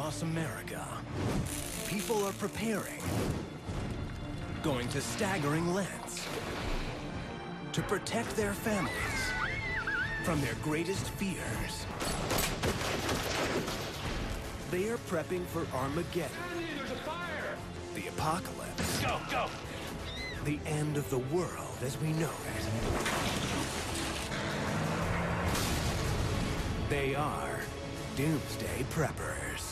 across America, people are preparing, going to staggering lengths to protect their families from their greatest fears. They are prepping for Armageddon. There's a fire! The apocalypse. Go, go! The end of the world as we know it. They are Doomsday Preppers.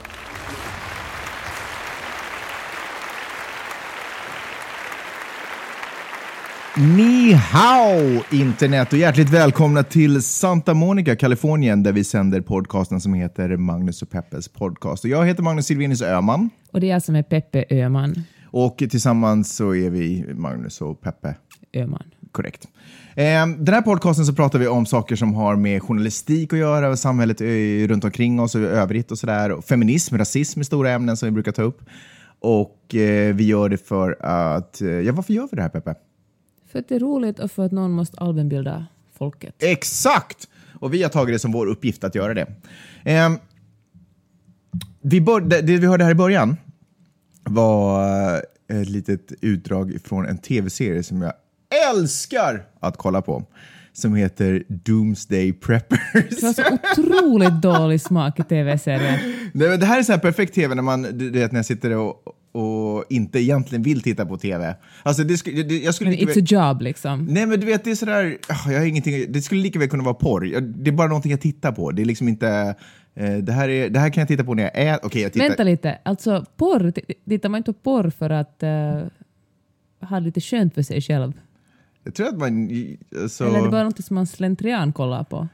Ni hao internet och hjärtligt välkomna till Santa Monica, Kalifornien, där vi sänder podcasten som heter Magnus och Peppes podcast. Och jag heter Magnus Silvenius Öhman. Och det är jag som är Peppe Öhman. Och tillsammans så är vi Magnus och Peppe Öhman. Korrekt. Den här podcasten så pratar vi om saker som har med journalistik att göra, samhället runt omkring oss och övrigt och sådär. Feminism, rasism är stora ämnen som vi brukar ta upp. Och vi gör det för att... Ja, varför gör vi det här, Peppe? För att det är roligt och för att någon måste allmänbilda folket. Exakt! Och vi har tagit det som vår uppgift att göra det. Det vi hörde här i början var ett litet utdrag från en tv-serie som jag älskar att kolla på. Som heter Doomsday Preppers. Det var så otroligt dålig smak i tv-serien. Det här är så här perfekt tv när man, när jag sitter och inte egentligen vill titta på tv. Alltså jag skulle men it's a job liksom. Nej, men du vet, det är sådär, jag har ingenting, det skulle lika väl kunna vara porr. Det är bara någonting jag tittar på. Det är liksom inte, det här kan jag titta på när jag är, okej, jag tittar. Vänta lite, alltså porr, tittar man inte på porr för att ha lite skönt för sig själv? Jag tror att man... Så, eller är det bara något som man slentrian kollar på?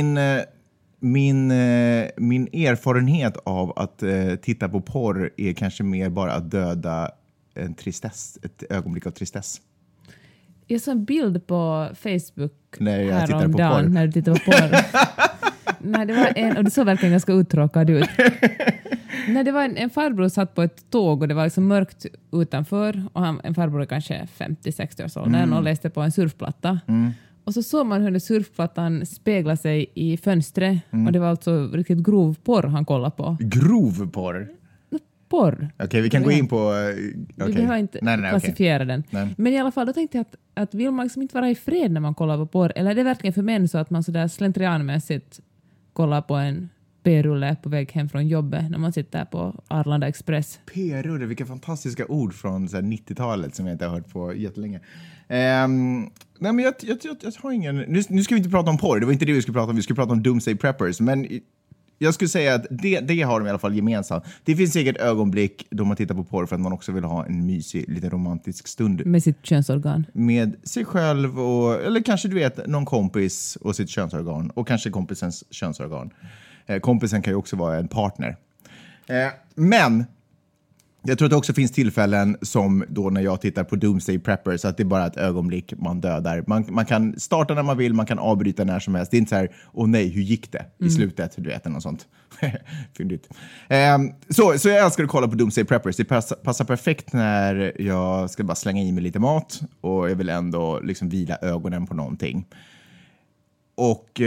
Min erfarenhet av att titta på porr är kanske mer bara att döda en tristess, ett ögonblick av tristess. Jag såg en bild på Facebook häromdagen när du tittade på porr. Nej, det var och det såg verkligen ganska uttråkad ut. Nej, det var en farbror satt på ett tåg och det var liksom mörkt utanför och en farbror kanske 50-60 års åldern och läste på en surfplatta. Och så såg man hur surfplattan speglade sig i fönstret och det var alltså riktigt grov porr han kollade på. Grov porr? Porr. Okej, vi kan gå in på... Vi behöver inte klassifiera den. Nej. Men i alla fall, då tänkte jag att vill man liksom inte vara i fred när man kollar på porr? Eller är det verkligen för män så att man sådär slentrianmässigt kollar på en p-rulle på väg hem från jobbet när man sitter på Arlanda Express? P-rulle, vilka fantastiska ord från så här 90-talet som jag inte har hört på jättelänge. Nej, men jag har ingen... Nu ska vi inte prata om porr, det var inte det vi skulle prata om. Vi skulle prata om Doomsday Preppers, men jag skulle säga att det har de i alla fall gemensamt. Det finns säkert ögonblick då man tittar på porr för att man också vill ha en mysig, lite romantisk stund. Med sitt könsorgan. Med sig själv och... Eller kanske du vet, någon kompis och sitt könsorgan. Och kanske kompisens könsorgan. Kompisen kan ju också vara en partner. Men... Jag tror att det också finns tillfällen som då när jag tittar på Doomsday Preppers att det är bara ett ögonblick man dödar. Man kan starta när man vill, man kan avbryta när som helst. Det är inte så här, åh nej, hur gick det i slutet? Du vet, något sånt. Fyndigt. Så jag älskar att kolla på Doomsday Preppers. Det passar perfekt när jag ska bara slänga i mig lite mat och jag vill ändå liksom vila ögonen på någonting. Och...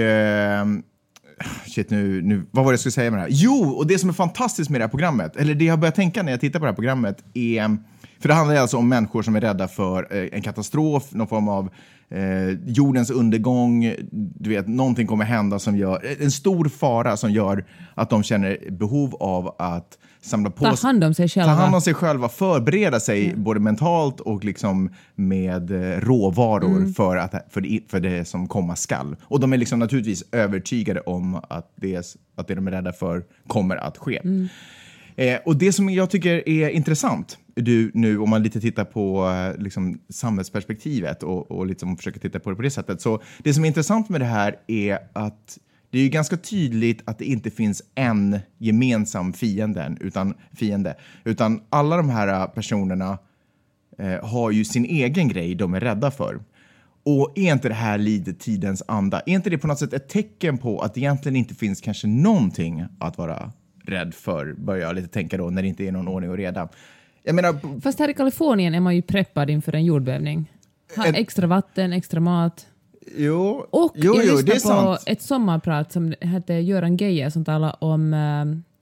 Shit, nu, vad var det jag skulle säga med det här? Jo, och det som är fantastiskt med det här programmet, eller det jag börjar tänka när jag tittar på det här programmet är, för det handlar alltså om människor som är rädda för en katastrof, någon form av jordens undergång, du vet, någonting kommer hända som gör, en stor fara som gör att de känner behov av att samla på ta hand om sig själva, förbereda sig både mentalt och liksom med råvaror för det som komma skall. Och de är liksom naturligtvis övertygade om att det de är rädda för kommer att ske. Och det som jag tycker är intressant nu om man lite tittar på liksom samhällsperspektivet och liksom försöker titta på det på det sättet. Så det som är intressant med det här är att det är ju ganska tydligt att det inte finns en gemensam fiende, utan alla de här personerna har ju sin egen grej de är rädda för. Och är inte det här lite tidens anda? Är inte det på något sätt ett tecken på att det egentligen inte finns kanske någonting att vara rädd för? Börjar jag lite tänka då när det inte är någon ordning och reda. Jag menar, fast här i Kalifornien är man ju preppad inför en jordbävning. Ha extra vatten, extra mat. Jo, och det är lyssnade på sant. ett sommarprat som hette Göran Geijer som talade om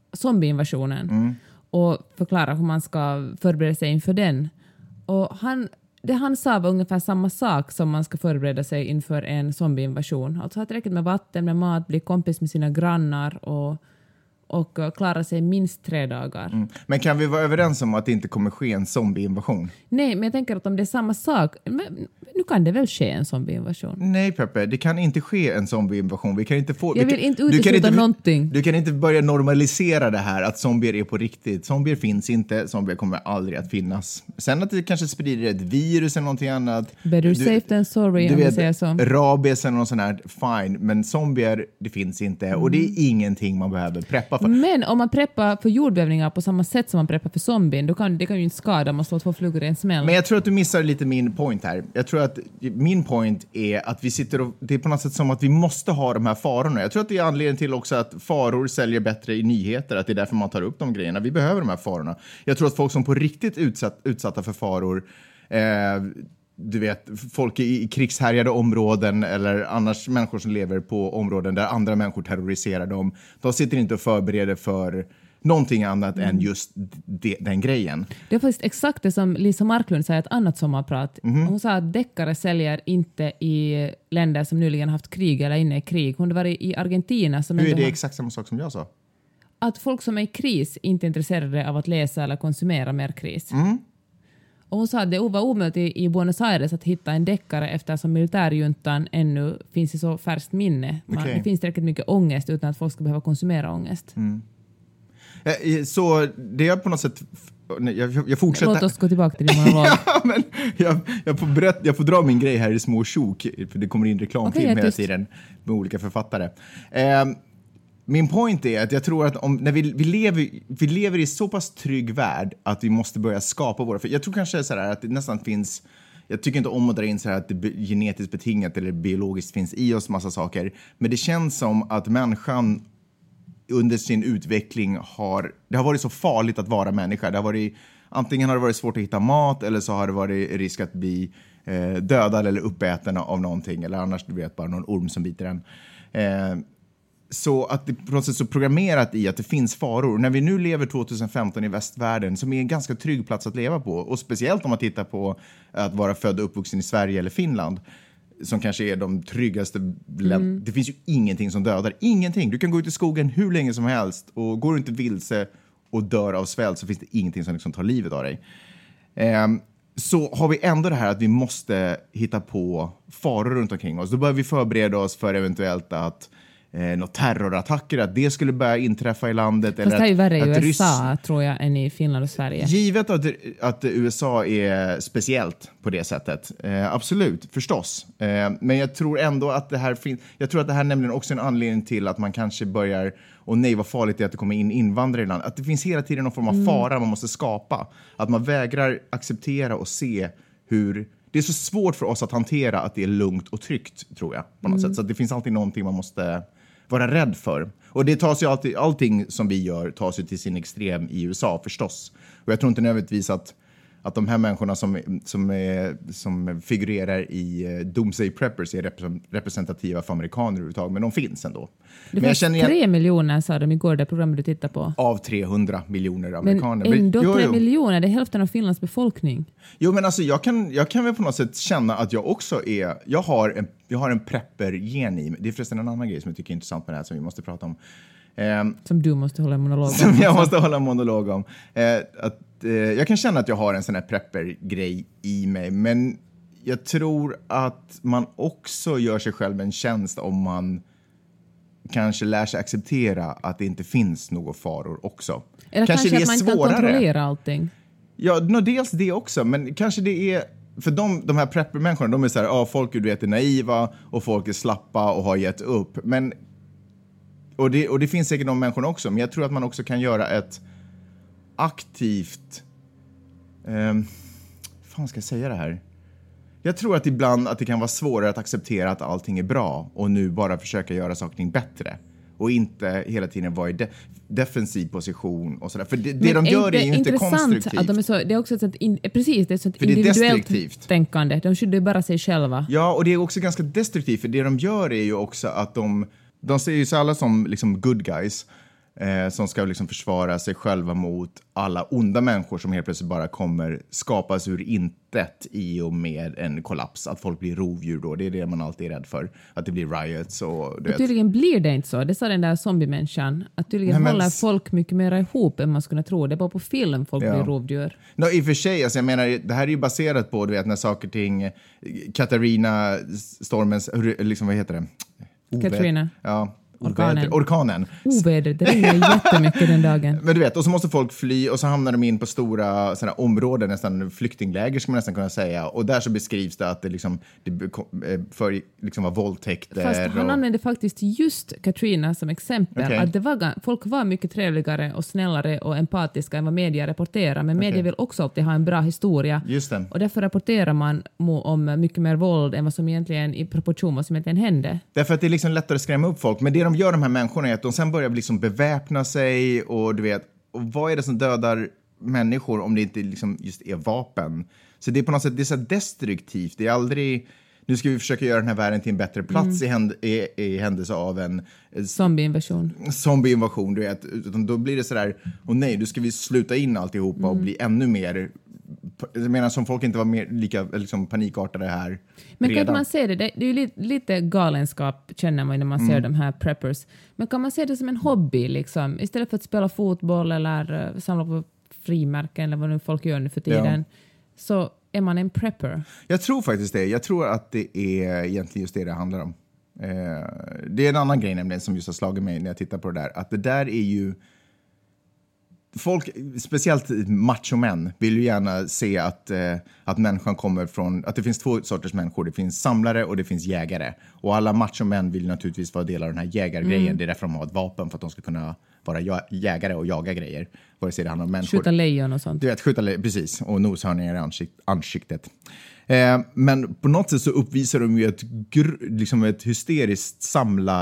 zombieinvasionen och förklara hur man ska förbereda sig inför den. Och det han sa var ungefär samma sak som man ska förbereda sig inför en zombieinvasion. Alltså ha tillräckligt med vatten, med mat, bli kompis med sina grannar och klara sig minst 3 dagar. Men kan vi vara överens om att det inte kommer ske en zombieinvasion? Nej, men jag tänker att om det är samma sak, nu kan det väl ske en zombieinvasion? Nej, Peppe, det kan inte ske en zombieinvasion. Vi kan inte få... Jag vill inte utesluta någonting. Du kan inte börja normalisera det här att zombier är på riktigt. Zombier finns inte, zombier kommer aldrig att finnas. Sen att det kanske sprider ett virus eller någonting annat. Better safe than sorry, om vi säger så. Rabies eller något sånt här, fine. Men zombier, det finns inte. Och det är ingenting man behöver preppa för. Men om man preppar för jordbävningar på samma sätt som man preppar för zombien, då kan det ju inte skada, man slår 2 flugor i en smäll. Men jag tror att du missar lite min point här. Jag tror att min point är att vi sitter och... Det är på något sätt som att vi måste ha de här farorna. Jag tror att det är anledningen till också att faror säljer bättre i nyheter. Att det är därför man tar upp de grejerna. Vi behöver de här farorna. Jag tror att folk som på riktigt utsatta för faror... du vet, folk i krigshärjade områden eller annars människor som lever på områden där andra människor terroriserar dem. De sitter inte och förbereder för någonting annat än just den grejen. Det är faktiskt exakt det som Lisa Marklund säger, ett annat sommarprat. Hon sa att deckare säljer inte i länder som nyligen haft krig eller inne i krig. Hon var i Argentina. Som hur är det exakt samma sak som jag sa? Att folk som är i kris inte är intresserade av att läsa eller konsumera mer kris. Och hon sa att det var omöjligt i Buenos Aires att hitta en deckare eftersom militärjuntan ännu finns i så färskt minne. Det finns tillräckligt mycket ångest utan att folk ska behöva konsumera ångest. Så det är på något sätt... Jag fortsätter... Låt oss gå tillbaka till din monolog. Ja, men jag får dra min grej här i små sjok, för det kommer in reklamfilm hela tiden med olika författare. Min point är att jag tror att när vi lever i så pass trygg värld att vi måste börja skapa våra... För jag tror kanske så här att det nästan finns... Jag tycker inte om att dra in så här att det genetiskt betingat eller biologiskt finns i oss massa saker. Men det känns som att människan under sin utveckling det har varit så farligt att vara människa. Antingen har det varit svårt att hitta mat eller så har det varit risk att bli dödad eller uppäten av någonting. Eller annars, du vet, bara någon orm som biter en. Så att det på något sätt så programmerat i att det finns faror. När vi nu lever 2015 i västvärlden, som är en ganska trygg plats att leva på, och speciellt om man tittar på att vara född och uppvuxen i Sverige eller Finland, som kanske är de tryggaste länderna. Det finns ju ingenting som dödar. Ingenting. Du kan gå ut i skogen hur länge som helst, och går du inte vilse och dör av svält så finns det ingenting som liksom tar livet av dig. Så har vi ändå det här att vi måste hitta på faror runt omkring oss. Då bör vi förbereda oss för eventuellt att något terrorattacker, att det skulle börja inträffa i landet. Fast det är ju värre i USA, tror jag, än i Finland och Sverige. Givet att USA är speciellt på det sättet. Absolut, förstås. Men jag tror ändå att det här jag tror att det här nämligen också är en anledning till att man kanske börjar, och nej vad farligt det är att det kommer in invandrare i landet. Att det finns hela tiden någon form av fara man måste skapa. Att man vägrar acceptera och se hur... Det är så svårt för oss att hantera att det är lugnt och tryggt, tror jag, på något sätt. Så att det finns alltid någonting man måste vara rädd för. Och det tas ju alltid, allting som vi gör tas ju till sin extrem i USA, förstås. Och jag tror inte nödvändigtvis att de här människorna som figurerar i Doomsday Preppers är representativa för amerikaner överhuvudtaget, men de finns ändå. Det finns 3 miljoner, sa de igår, det programmet du tittar på. Av 300 miljoner amerikaner. Men ändå 3 miljoner, det är hälften av Finlands befolkning. Jo, men alltså jag kan väl på något sätt känna att jag också är... Jag har en prepper-gen i mig. Det är förresten en annan grej som jag tycker är intressant med det här som vi måste prata om. Som du måste hålla en monolog om. Som jag måste hålla en monolog om. Jag kan känna att jag har en sån här prepper-grej i mig. Men jag tror att man också gör sig själv en tjänst om man kanske lär sig acceptera att det inte finns några faror också. Eller kanske det är att man svårare. Kan kontrollera allting. Ja, dels det också. Men kanske det är... För de här prepper-människorna, de är så här, folk är naiva och folk är slappa och har gett upp. Men... Och det finns säkert de människorna också. Men jag tror att man också kan göra ett aktivt... fan ska jag säga det här? Jag tror att ibland att det kan vara svårare att acceptera att allting är bra. Och nu bara försöka göra saker bättre. Och inte hela tiden vara i defensiv position och sådär. För det de gör är ju inte konstruktivt. Att de är så, det är också ett precis, det är ett individuellt tänkande. De skyddar bara sig själva. Ja, och det är också ganska destruktivt. För det de gör är ju också att de ser ju så alla som liksom good guys. som ska liksom försvara sig själva mot alla onda människor som helt plötsligt bara kommer skapas ur intet i och med en kollaps. Att folk blir rovdjur då, det är det man alltid är rädd för. Att det blir riots och... Och tydligen blir det inte så. Det sa den där zombiemänniskan. Att tydligen håller folk mycket mer ihop än man skulle tro. Det är bara på film folk blir rovdjur. I och för sig, alltså jag menar, det här är ju baserat på, du vet, när saker och ting... Katarina, stormens... Liksom, vad heter det? Katrina. Ja. Orkanen. Oväder, det regnar jättemycket den dagen. Men du vet, och så måste folk fly och så hamnar de in på stora såna områden, nästan flyktingläger ska man nästan kunna säga. Och där så beskrivs det att det liksom för liksom var våldtäkter. Fast han använde faktiskt just Katrina som exempel. Okay. Att det var, folk var mycket trevligare och snällare och empatiska än vad media rapporterar. Men media vill också alltid ha en bra historia. Just det. Och därför rapporterar man om mycket mer våld än vad som egentligen i proportion vad som egentligen hände. Därför att det är liksom lättare att skrämma upp folk. Men det de gör, de här människorna, är att de sen börjar liksom beväpna sig och du vet, och vad är det som dödar människor om det inte liksom just är vapen? Så det är på något sätt, det är så destruktivt. Det är aldrig, nu ska vi försöka göra den här världen till en bättre plats i händelse av en zombie-invasion, du vet. Utan då blir det så där, och nej, då ska vi sluta in alltihopa och bli ännu mer, jag menar, som folk inte var mer lika liksom panikartade här. Men redan. kan man se det? Det är ju lite galenskap känner man när man ser de här preppers. Men kan man se det som en hobby liksom? Istället för att spela fotboll eller samla på frimärken eller vad nu folk gör nu för tiden. Så är man en prepper. Jag tror faktiskt det. Jag tror att det är egentligen just det handlar om. Det är en annan grej nämligen som just har slagit mig när jag tittar på det där. Att det där är ju... Folk, speciellt machomän, vill ju gärna se att människan kommer från... Att det finns två sorters människor. Det finns samlare och det finns jägare. Och alla machomän vill naturligtvis vara del av den här jägargrejen. Det är därför de har ett vapen, för att de ska kunna vara jägare och jaga grejer. Vare sig det handlar om människor. Skjuta lejon och sånt. Du vet, precis. Och noshörningar i ansiktet. Men på något sätt så uppvisar de ju ett hysteriskt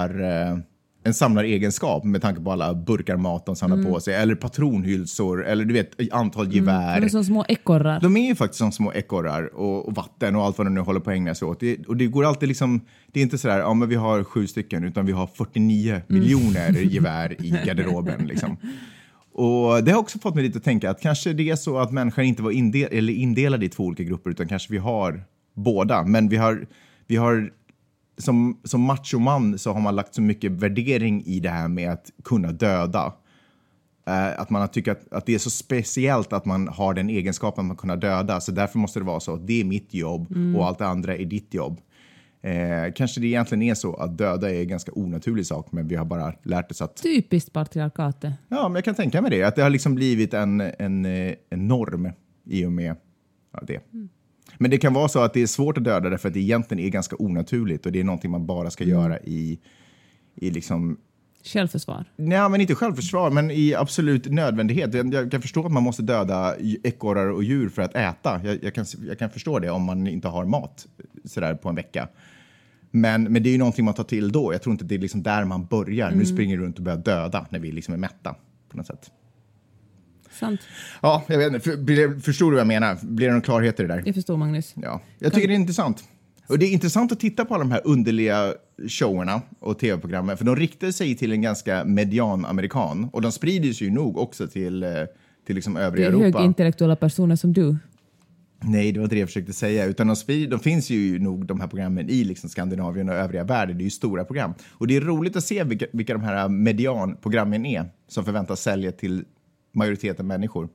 en samlaregenskap med tanke på alla burkar mat de samlar på sig. Eller patronhylsor. Eller du vet, antal gevär. De är som små ekorrar. De är ju faktiskt som små ekorrar. Och vatten och allt vad de nu håller på att ägna sig åt. Och det går alltid liksom... Det är inte sådär, ja men vi har 7 stycken. Utan vi har 49 miljoner gevär i garderoben liksom. Och det har också fått mig lite att tänka att kanske det är så att människan inte var indelad i 2 olika grupper, utan kanske vi har båda. Men vi har som machoman så har man lagt så mycket värdering i det här med att kunna döda. Att man har tyckt att det är så speciellt att man har den egenskapen att man kunna döda. Så därför måste det vara så att det är mitt jobb och allt det andra är ditt jobb. Kanske det egentligen är så att döda är en ganska onaturlig sak, men vi har bara lärt oss att... Typiskt patriarkatet. Ja, men jag kan tänka mig det. Att det har liksom blivit en norm i och med det. Men det kan vara så att det är svårt att döda därför att det egentligen är ganska onaturligt och det är någonting man bara ska göra i liksom... Självförsvar? Nej, men inte självförsvar, men i absolut nödvändighet. Jag kan förstå att man måste döda ekorrar och djur för att äta. Jag kan förstå det om man inte har mat sådär på en vecka. Men det är ju någonting man tar till då. Jag tror inte det är liksom där man börjar. Nu springer runt och börjar döda när vi liksom är mätta på något sätt. Sant. Ja, jag vet inte. Förstår du vad jag menar? Blir det någon klarhet i det där? Jag förstår, Magnus. Ja, jag tycker det är intressant. Och det är intressant att titta på alla de här underliga showerna och tv-programmen. För de riktar sig till en ganska median amerikan. Och de sprider sig ju nog också till liksom övriga Europa. Det är högintellektuella personer som du. Nej, det var inte det jag försökte säga. Utan de finns ju nog, de här programmen, i liksom Skandinavien och övriga världen. Det är ju stora program. Och det är roligt att se vilka de här medianprogrammen är. Som förväntas sälja till majoriteten människor.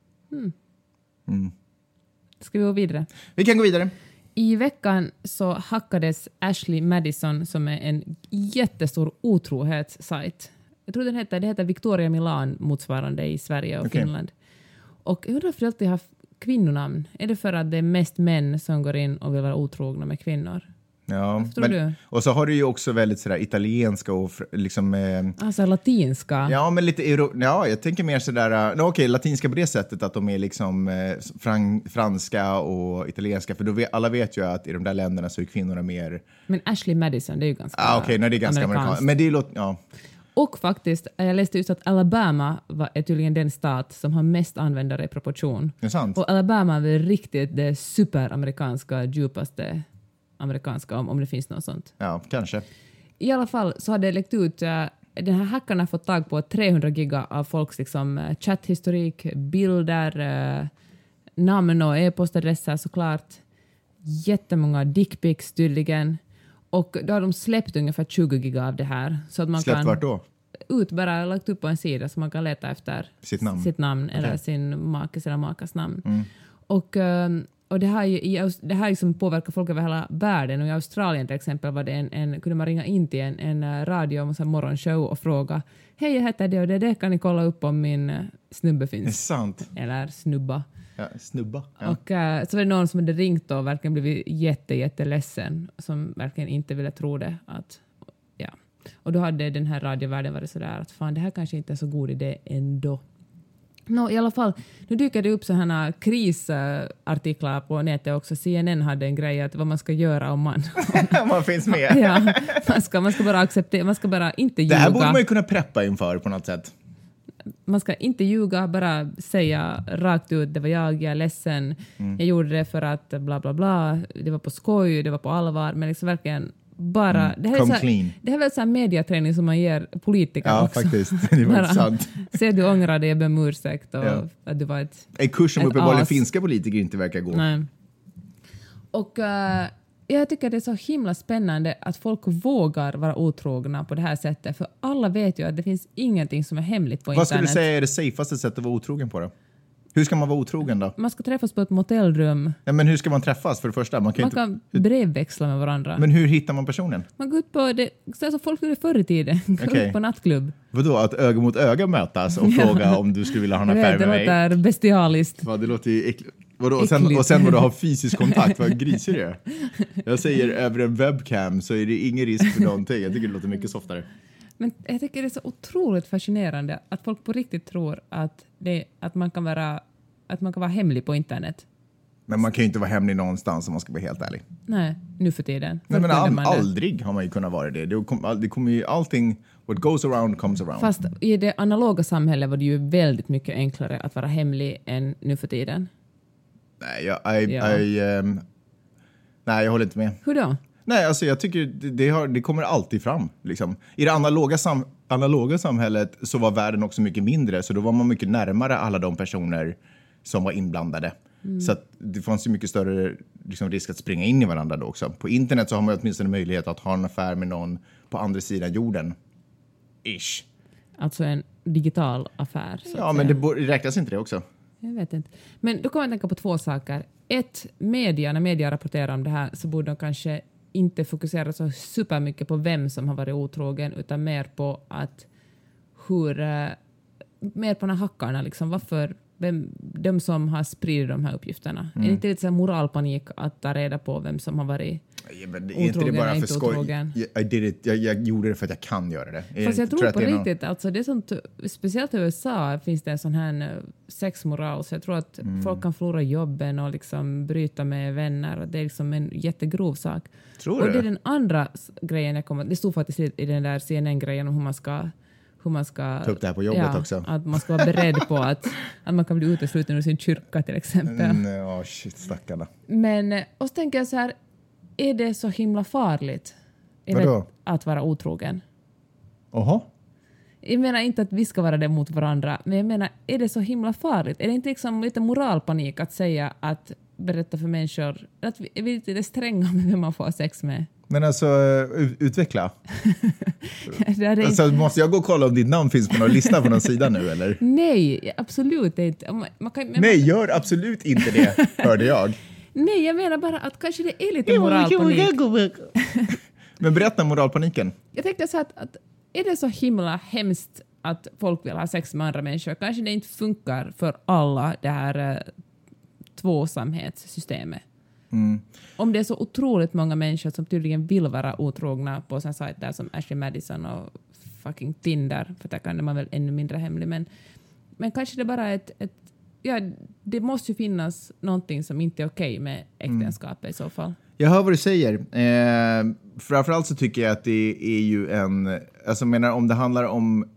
Ska vi gå vidare? Vi kan gå vidare. I veckan så hackades Ashley Madison, som är en jättestor otrohetssajt. Jag tror det heter Victoria Milan motsvarande i Sverige och Finland. Och jag undrar för att alltid har kvinnonamn. Är det för att det är mest män som går in och vill vara otrogna med kvinnor? Ja, men, och så har du ju också väldigt sådär italienska och liksom... Alltså latinska. Ja, men lite... jag tänker mer sådär... Okej, latinska på det sättet att de är liksom franska och italienska. För då alla vet ju att i de där länderna så är kvinnorna mer... Men Ashley Madison, det är ju ganska... Okej, det är ganska amerikanskt. Men det låter... Ja. Och faktiskt, jag läste just att Alabama är tydligen den stat som har mest användare i proportion. Det är sant. Och Alabama är väl riktigt det superamerikanska, djupaste amerikanska, om det finns något sånt. Ja, kanske. I alla fall så hade det läckt ut den här hackarna har fått tag på 300 giga av folks liksom, chatthistorik, bilder, namn och e-postadresser såklart. Jättemånga dickpics tydligen. Och då har de släppt ungefär 20 giga av det här. Så att man Släppt kan vart då? bara lagt upp på en sida så man kan leta efter sitt namn eller sin makes eller makas namn. Och det här liksom påverkar folk över hela världen. Och i Australien till exempel var det kunde man ringa in till en radio och en morgonshow och fråga hej, jag heter det och det kan ni kolla upp om min snubbe finns. Det är sant. Eller snubba. Ja, snubba. Ja. Och så var det någon som hade ringt och verkligen blivit jätteledsen som verkligen inte ville tro det. Och då hade den här radiovärlden varit sådär att fan, det här kanske inte är så god idé ändå. I alla fall, nu dyker det upp sådana krisartiklar på nätet också. CNN hade en grej att vad man ska göra om man finns med. Ja, man ska bara acceptera, man ska bara inte ljuga. Det här borde man ju kunna preppa inför på något sätt. Man ska inte ljuga, bara säga rakt ut, det var jag är ledsen. Jag gjorde det för att bla bla bla, det var på skoj, det var på allvar, men liksom verkligen bara... Det här är väl så här mediaträning som man ger politiker också. Ja, faktiskt. Det var sant. Se, du ångrar dig, jag ber om ursäkt och att du var en kurs som uppenbarligen finska politiker inte verkar gå. Nej. Och jag tycker det är så himla spännande att folk vågar vara otrogna på det här sättet. För alla vet ju att det finns ingenting som är hemligt på internet. Vad skulle du säga är det safeaste sättet att vara otrogen på då? Hur ska man vara otrogen då? Man ska träffas på ett motellrum. Ja, men hur ska man träffas för det första? Man kan brevväxla med varandra. Men hur hittar man personen? Man går ut på det, så folk gjorde förr i tiden. Går ut på nattklubb. Vadå? Att öga mot öga mötas och fråga om du skulle vilja ha en affär med mig? Det låter bestialiskt. Det låter ju äckligt. Och sen vadå, ha fysisk kontakt? Vad grisig det är. Jag säger över en webcam så är det ingen risk för någonting. Jag tycker det låter mycket softare. Men jag tycker det är så otroligt fascinerande att folk på riktigt tror att man kan vara hemlig på internet. Men man kan ju inte vara hemlig någonstans om man ska vara helt ärlig. Nej, nu för tiden. Nej, men aldrig har man ju kunnat vara det. Det kommer ju allting, what goes around comes around. Fast i det analoga samhället var det ju väldigt mycket enklare att vara hemlig än nu för tiden. Nej, jag håller inte med. Hur då? Nej, alltså jag tycker det kommer alltid fram. Liksom. I det analoga samhället så var världen också mycket mindre. Så då var man mycket närmare alla de personer som var inblandade. Så att det fanns ju mycket större liksom, risk att springa in i varandra då också. På internet så har man åtminstone möjlighet att ha en affär med någon på andra sidan jorden. Ish. Alltså en digital affär. Ja, men det räknas inte det också. Jag vet inte. Men då kan man tänka på två saker. När media rapporterar om det här så borde de kanske inte fokusera så supermycket på vem som har varit otrogen utan mer på mer på de här hackarna liksom. Varför de som har spridit de här uppgifterna. Är det inte lite så moralpanik att ta reda på vem som har varit otrogen eller inte otrogen? Jag gjorde det för att jag kan göra det. Fast jag tror på riktigt, alltså det är sånt, speciellt i USA finns det en sån här sexmoral, så jag tror att folk kan förlora jobben och liksom bryta med vänner. Det är liksom en jättegrov sak. Tror du? Och det är den andra grejen det stod faktiskt i den där CNN-grejen om hur man ska ta upp det här på jobbet också. Att man ska vara beredd på att man kan bli utesluten ur sin kyrka till exempel. Shit, stackarna. Men, och så tänker jag så här, är det så himla farligt att vara otrogen? Oho. Jag menar inte att vi ska vara det mot varandra, men jag menar, är det så himla farligt? Är det inte liksom lite moralpanik att säga att berätta för människor att vi är lite stränga med vem man får sex med? Men alltså, utveckla. Alltså, måste jag gå och kolla om ditt namn finns på någon lista på någon sida nu, eller? Nej, absolut inte. Nej, gör absolut inte det, hörde jag. Nej, jag menar bara att kanske det är lite moralpanik. Men berätta moralpaniken. Jag tänkte så att är det så himla hemskt att folk vill ha sex med andra människor? Kanske det inte funkar för alla, det här tvåsamhetssystemet. Om det är så otroligt många människor som tydligen vill vara otrogna på sådana sajter som Ashley Madison och fucking Tinder, för där kan man väl ännu mindre hemlig, men kanske det bara är det måste ju finnas någonting som inte är okej med äktenskapet i så fall. Jag hör vad du säger. Framförallt så tycker jag att det är ju alltså menar om det handlar om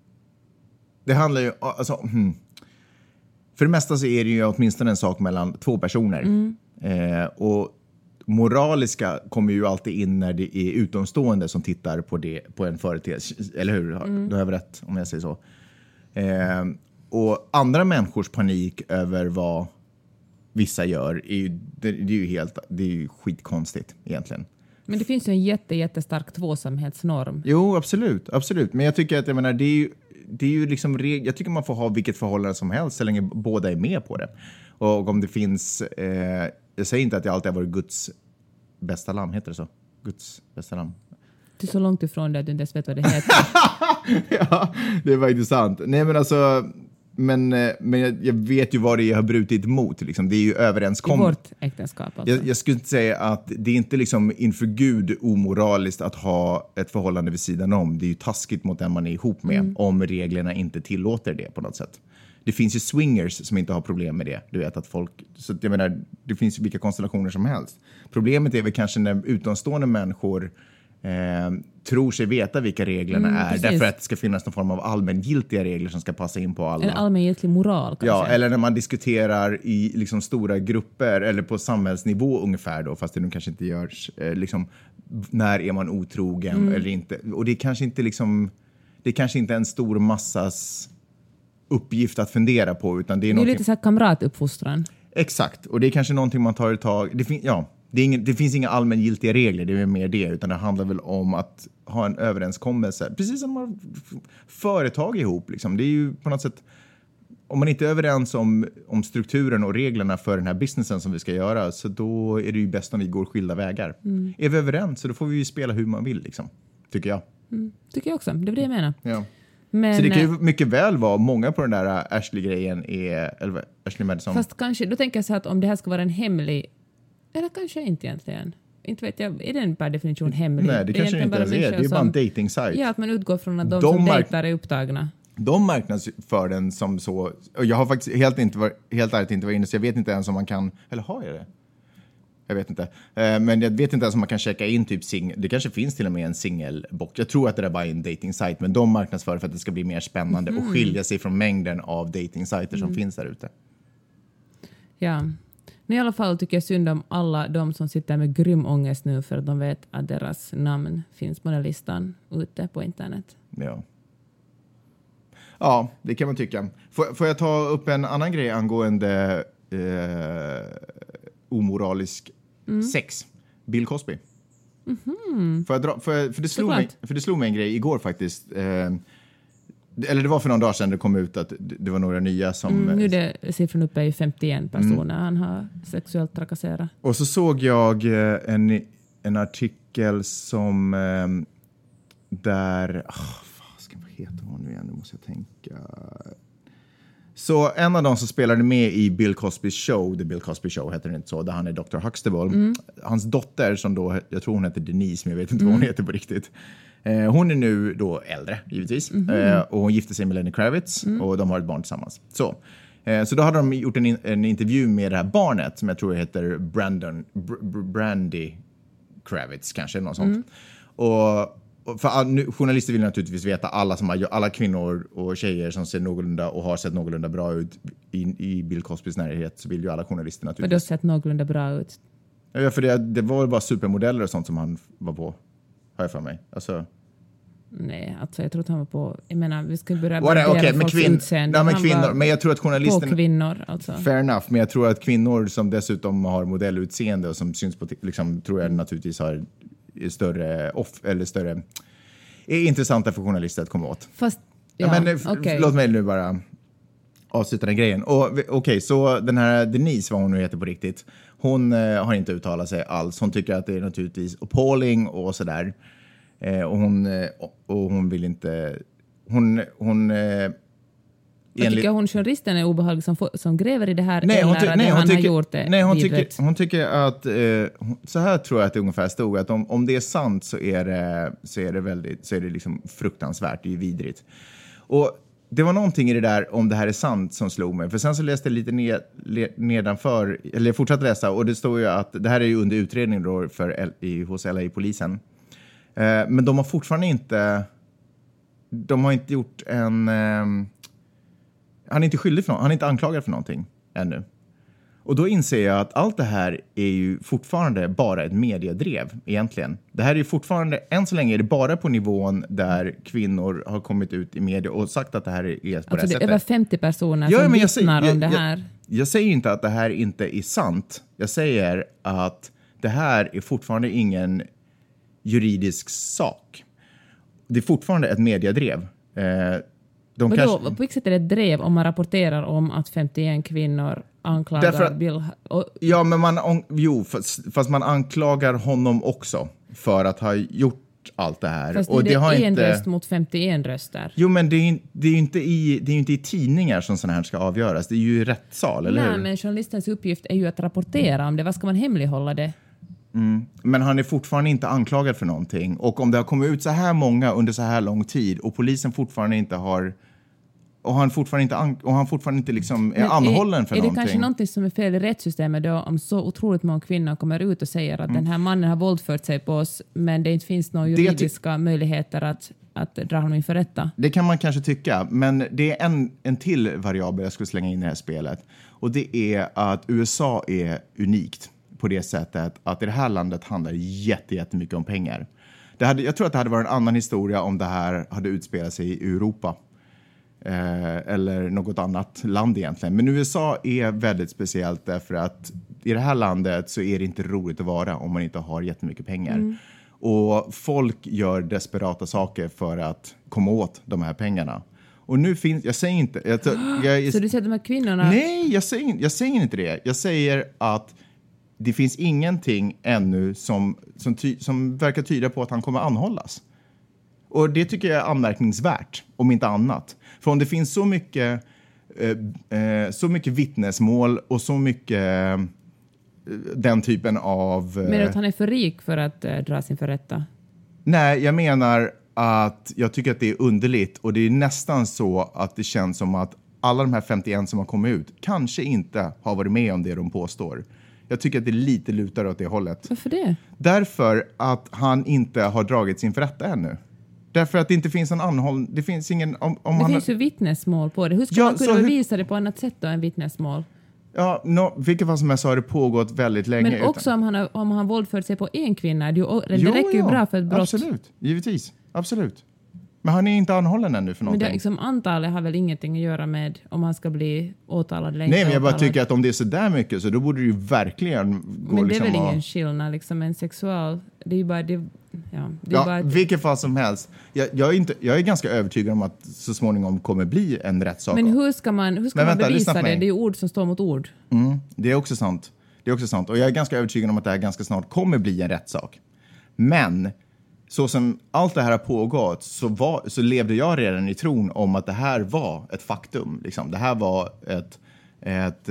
alltså för det mesta så är det ju åtminstone en sak mellan två personer. Och moraliska kommer ju alltid in när det är utomstående som tittar på en företeelse. Eller hur? Då har jag rätt om jag säger så. Och andra människors panik över vad vissa gör det är ju skitkonstigt egentligen. Men det finns ju en jättestark tvåsamhetsnorm. Jo, absolut. Men jag tycker att det är ju liksom jag tycker man får ha vilket förhållande som helst så länge båda är med på det. Och om det finns jag säger inte att jag alltid har varit Guds bästa lamm, heter det så? Guds bästa lamm. Du är så långt ifrån det att du inte ens vet vad det heter. Ja, det var intressant. Nej, men alltså men jag vet ju vad det är jag har brutit mot. Liksom. Det är ju överenskommet. I vårt äktenskap alltså. Jag skulle inte säga att det är inte liksom inför Gud omoraliskt att ha ett förhållande vid sidan om. Det är ju taskigt mot den man är ihop med om reglerna inte tillåter det på något sätt. Det finns ju swingers som inte har problem med det. Du vet att folk, så jag menar, det finns ju vilka konstellationer som helst. Problemet är väl kanske när utomstående människor tror sig veta vilka reglerna är. Precis. Därför att det ska finnas någon form av allmängiltiga regler som ska passa in på alla. En allmängiltig moral kanske. Ja, eller när man diskuterar i liksom stora grupper eller på samhällsnivå ungefär då, fast det nu kanske inte görs liksom, när är man otrogen eller inte. Och det är kanske inte liksom, det är kanske inte en stor massas uppgift att fundera på, utan det är någonting... lite så här kamratuppfostran. Exakt, och det är kanske någonting man tar ett tag... Det finns inga allmängiltiga regler, det är mer det, utan det handlar väl om att ha en överenskommelse. Precis som man har företag ihop. Liksom. Det är ju på något sätt... Om man inte är överens om strukturen och reglerna för den här businessen som vi ska göra, så då är det ju bäst om vi går skilda vägar. Är vi överens så då får vi ju spela hur man vill, liksom, tycker jag. Tycker jag också, det är det jag menar. Ja. Men, så det kan ju mycket väl vara, många på den där Ashley-grejen är, eller Ashley Madison. Fast kanske, då tänker jag så att om det här ska vara en hemlig, eller kanske inte egentligen. Inte vet jag, är den per definition hemlig? Nej, det kanske inte ens är. Det är bara en dating-sajt. Ja, att man utgår från att de som dejtar är upptagna. De marknadsför den som så, och jag har faktiskt helt ärligt inte varit inne, så jag vet inte ens om man kan, eller har jag det? Jag vet inte. Men jag vet inte ens om man kan checka in typ det kanske finns till och med en singelbox. Jag tror att det där bara är en dating-sajt, men de marknadsför för att det ska bli mer spännande och skilja sig från mängden av dating-sajter som finns där ute. Ja. Men i alla fall tycker jag synd om alla de som sitter med grym ångest nu för att de vet att deras namn finns på den listan ute på internet. Ja, det kan man tycka. Får jag ta upp en annan grej angående omoralisk sex? Bill Cosby. För det slog mig en grej igår faktiskt. Eller det var för någon dag sedan det kom ut att det var några nya som... nu är siffran uppe i 51 personer han har sexuellt trakasserat. Och så såg jag en artikel som där... vad heter hon nu igen? Nu måste jag tänka... Så en av de som spelade med i Bill Cosbys show, The Bill Cosby Show heter det inte så, där han är Dr. Huxtable. Hans dotter som då, jag tror hon heter Denise, men jag vet inte vad hon heter på riktigt. Hon är nu då äldre, givetvis. Och hon gifte sig med Lenny Kravitz och de har ett barn tillsammans. Så då hade de gjort en intervju med det här barnet som jag tror heter Brandy Kravitz kanske, något sånt. För journalister vill naturligtvis veta alla kvinnor och tjejer som ser någorlunda och har sett någorlunda bra ut i Bill Cosbys närhet, så vill ju alla journalister naturligtvis. Men du har sett någorlunda bra ut? Ja, för det var bara supermodeller och sånt som han var på, har jag för mig. Alltså... Nej, alltså jag tror att han var på... Jag menar, vi ska börja med folks utseende. Nej, kvinnor, men jag tror att journalisterna... På kvinnor, alltså. Fair enough, men jag tror att kvinnor som dessutom har modellutseende och som syns på... Liksom, tror jag naturligtvis har större... är intressanta för journalister att komma åt. Fast... Låt mig nu bara avsluta den grejen. Okej, så den här Denise, vad hon nu heter på riktigt, hon har inte uttalat sig alls. Hon tycker att det är naturligtvis appalling och sådär. Och hon vill inte... Jag tycker hon journalisten är obehaglig som gräver i det här, har gjort det. Nej, hon tycker att så här tror jag att det ungefär stod, att om det är sant så är det liksom fruktansvärt, det är ju vidrigt. Och det var någonting i det där om det här är sant som slog mig. För sen så läste jag lite nedanför, eller jag fortsatte läsa, och det står ju att det här är ju under utredning då hos LA-polisen. Men de har fortfarande inte... De har inte gjort en... han är inte skyldig för något. Han är inte anklagad för någonting ännu. Och då inser jag att allt det här är ju fortfarande bara ett mediedrev egentligen. Det här är ju fortfarande, än så länge är det bara på nivån där kvinnor har kommit ut i media och sagt att det här är på alltså det här sättet. Det är över 50 personer som vittnar om det här. Jag säger inte att det här inte är sant. Jag säger att det här är fortfarande ingen juridisk sak. Det är fortfarande ett mediedrev. På vilket sätt är det ett drev om man rapporterar om att 51 kvinnor anklagar Bill? Ja, men fast man anklagar honom också för att ha gjort allt det här. Fast och det har är en inte... röst mot 51 röster. Jo, men det är ju inte i tidningar som sådana här ska avgöras. Det är ju i rättssal, eller hur? Nej, men journalistens uppgift är ju att rapportera om det. Vad ska man hemlighålla det? Men han är fortfarande inte anklagad för någonting. Och om det har kommit ut så här många under så här lång tid och polisen fortfarande inte har... Och han fortfarande inte liksom är anhållen för någonting. Är det kanske någonting som är fel i rättssystemet då om så otroligt många kvinnor kommer ut och säger att den här mannen har våldfört sig på oss men det inte finns några juridiska möjligheter att dra honom inför rätta? Det kan man kanske tycka, men det är en till variabel jag skulle slänga in i det här spelet. Och det är att USA är unikt på det sättet att i det här landet handlar jättemycket om pengar. Jag tror att det hade varit en annan historia om det här hade utspelat sig i Europa. Eller något annat land egentligen. Men USA är väldigt speciellt därför att i det här landet så är det inte roligt att vara om man inte har jättemycket pengar. Och folk gör desperata saker för att komma åt de här pengarna. Och nu finns, jag säger inte... Så du säger att de här kvinnorna... Nej, jag säger inte det. Jag säger att det finns ingenting ännu som verkar tyda på att han kommer anhållas. Och det tycker jag är anmärkningsvärt, om inte annat. För om det finns så mycket vittnesmål och så mycket den typen av... Men att han är för rik för att dras inför rätta? Nej, jag menar att jag tycker att det är underligt. Och det är nästan så att det känns som att alla de här 51 som har kommit ut kanske inte har varit med om det de påstår. Jag tycker att det är lite lutar åt det hållet. Varför det? Därför att han inte har dragits inför rätta ännu. Därför att det inte finns en anhåll. Det finns ingen... Det finns ju vittnesmål på det. Hur ska man kunna bevisa det på annat sätt då än vittnesmål? Ja, vilket fall som jag sa har det pågått väldigt länge. Men också om han våldfört sig på en kvinna. Det räcker ju bra för ett brott. Absolut, givetvis. Absolut. Men han är inte anhållen ännu för någonting. Men det, liksom, antalet har väl ingenting att göra med om han ska bli åtalad eller inte. Nej, men jag bara tycker att om det är så där mycket så då borde det ju verkligen gå. Men det är väl ingen skillnad liksom, en sexual... Det är ju bara... vilket fall som helst. Jag är ganska övertygad om att så småningom kommer bli en rättssak. Men hur ska man bevisa det? Det är ju ord som står mot ord. Det är också sant. Och jag är ganska övertygad om att det här ganska snart kommer bli en rättssak. Men så som allt det här har pågått så levde jag redan i tron om att det här var ett faktum. Liksom. Det här var ett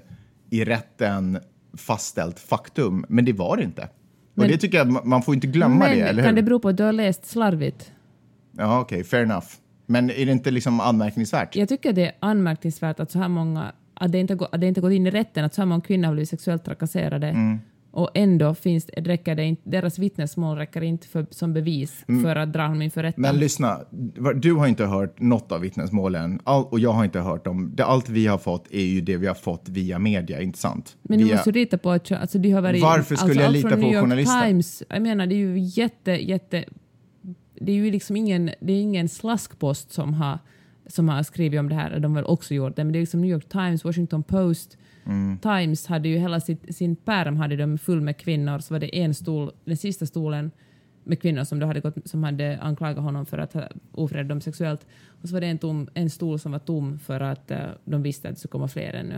i rätten fastställt faktum. Men det var det inte. Och det tycker jag man får inte glömma det, eller hur? Kan det bero på att du har läst slarvigt? Ja, okej, fair enough. Men är det inte liksom anmärkningsvärt? Jag tycker det är anmärkningsvärt att så här många, att det inte gått in i rätten, att så här många kvinnor har blivit sexuellt trakasserade. Och ändå räcker det inte, deras vittnesmål räcker inte som bevis för att dra honom inför rätten. Men lyssna, du har inte hört något av vittnesmålen och jag har inte hört dem. Allt vi har fått är ju det vi har fått via media, inte sant? Men du måste lita på att alltså, du har varit... Varför skulle jag lita på journalister? Times, jag menar, det är ju jätte... Det är ju liksom ingen slaskpost som har skrivit om det här. De har väl också gjort det, men det är liksom New York Times, Washington Post... Times hade ju hela sin pärm hade de full med kvinnor, så var det en stol, den sista stolen med kvinnor som hade anklagat honom för att ha ofredat dem sexuellt, och så var det en stol som var tom för att de visste att det skulle komma fler ännu.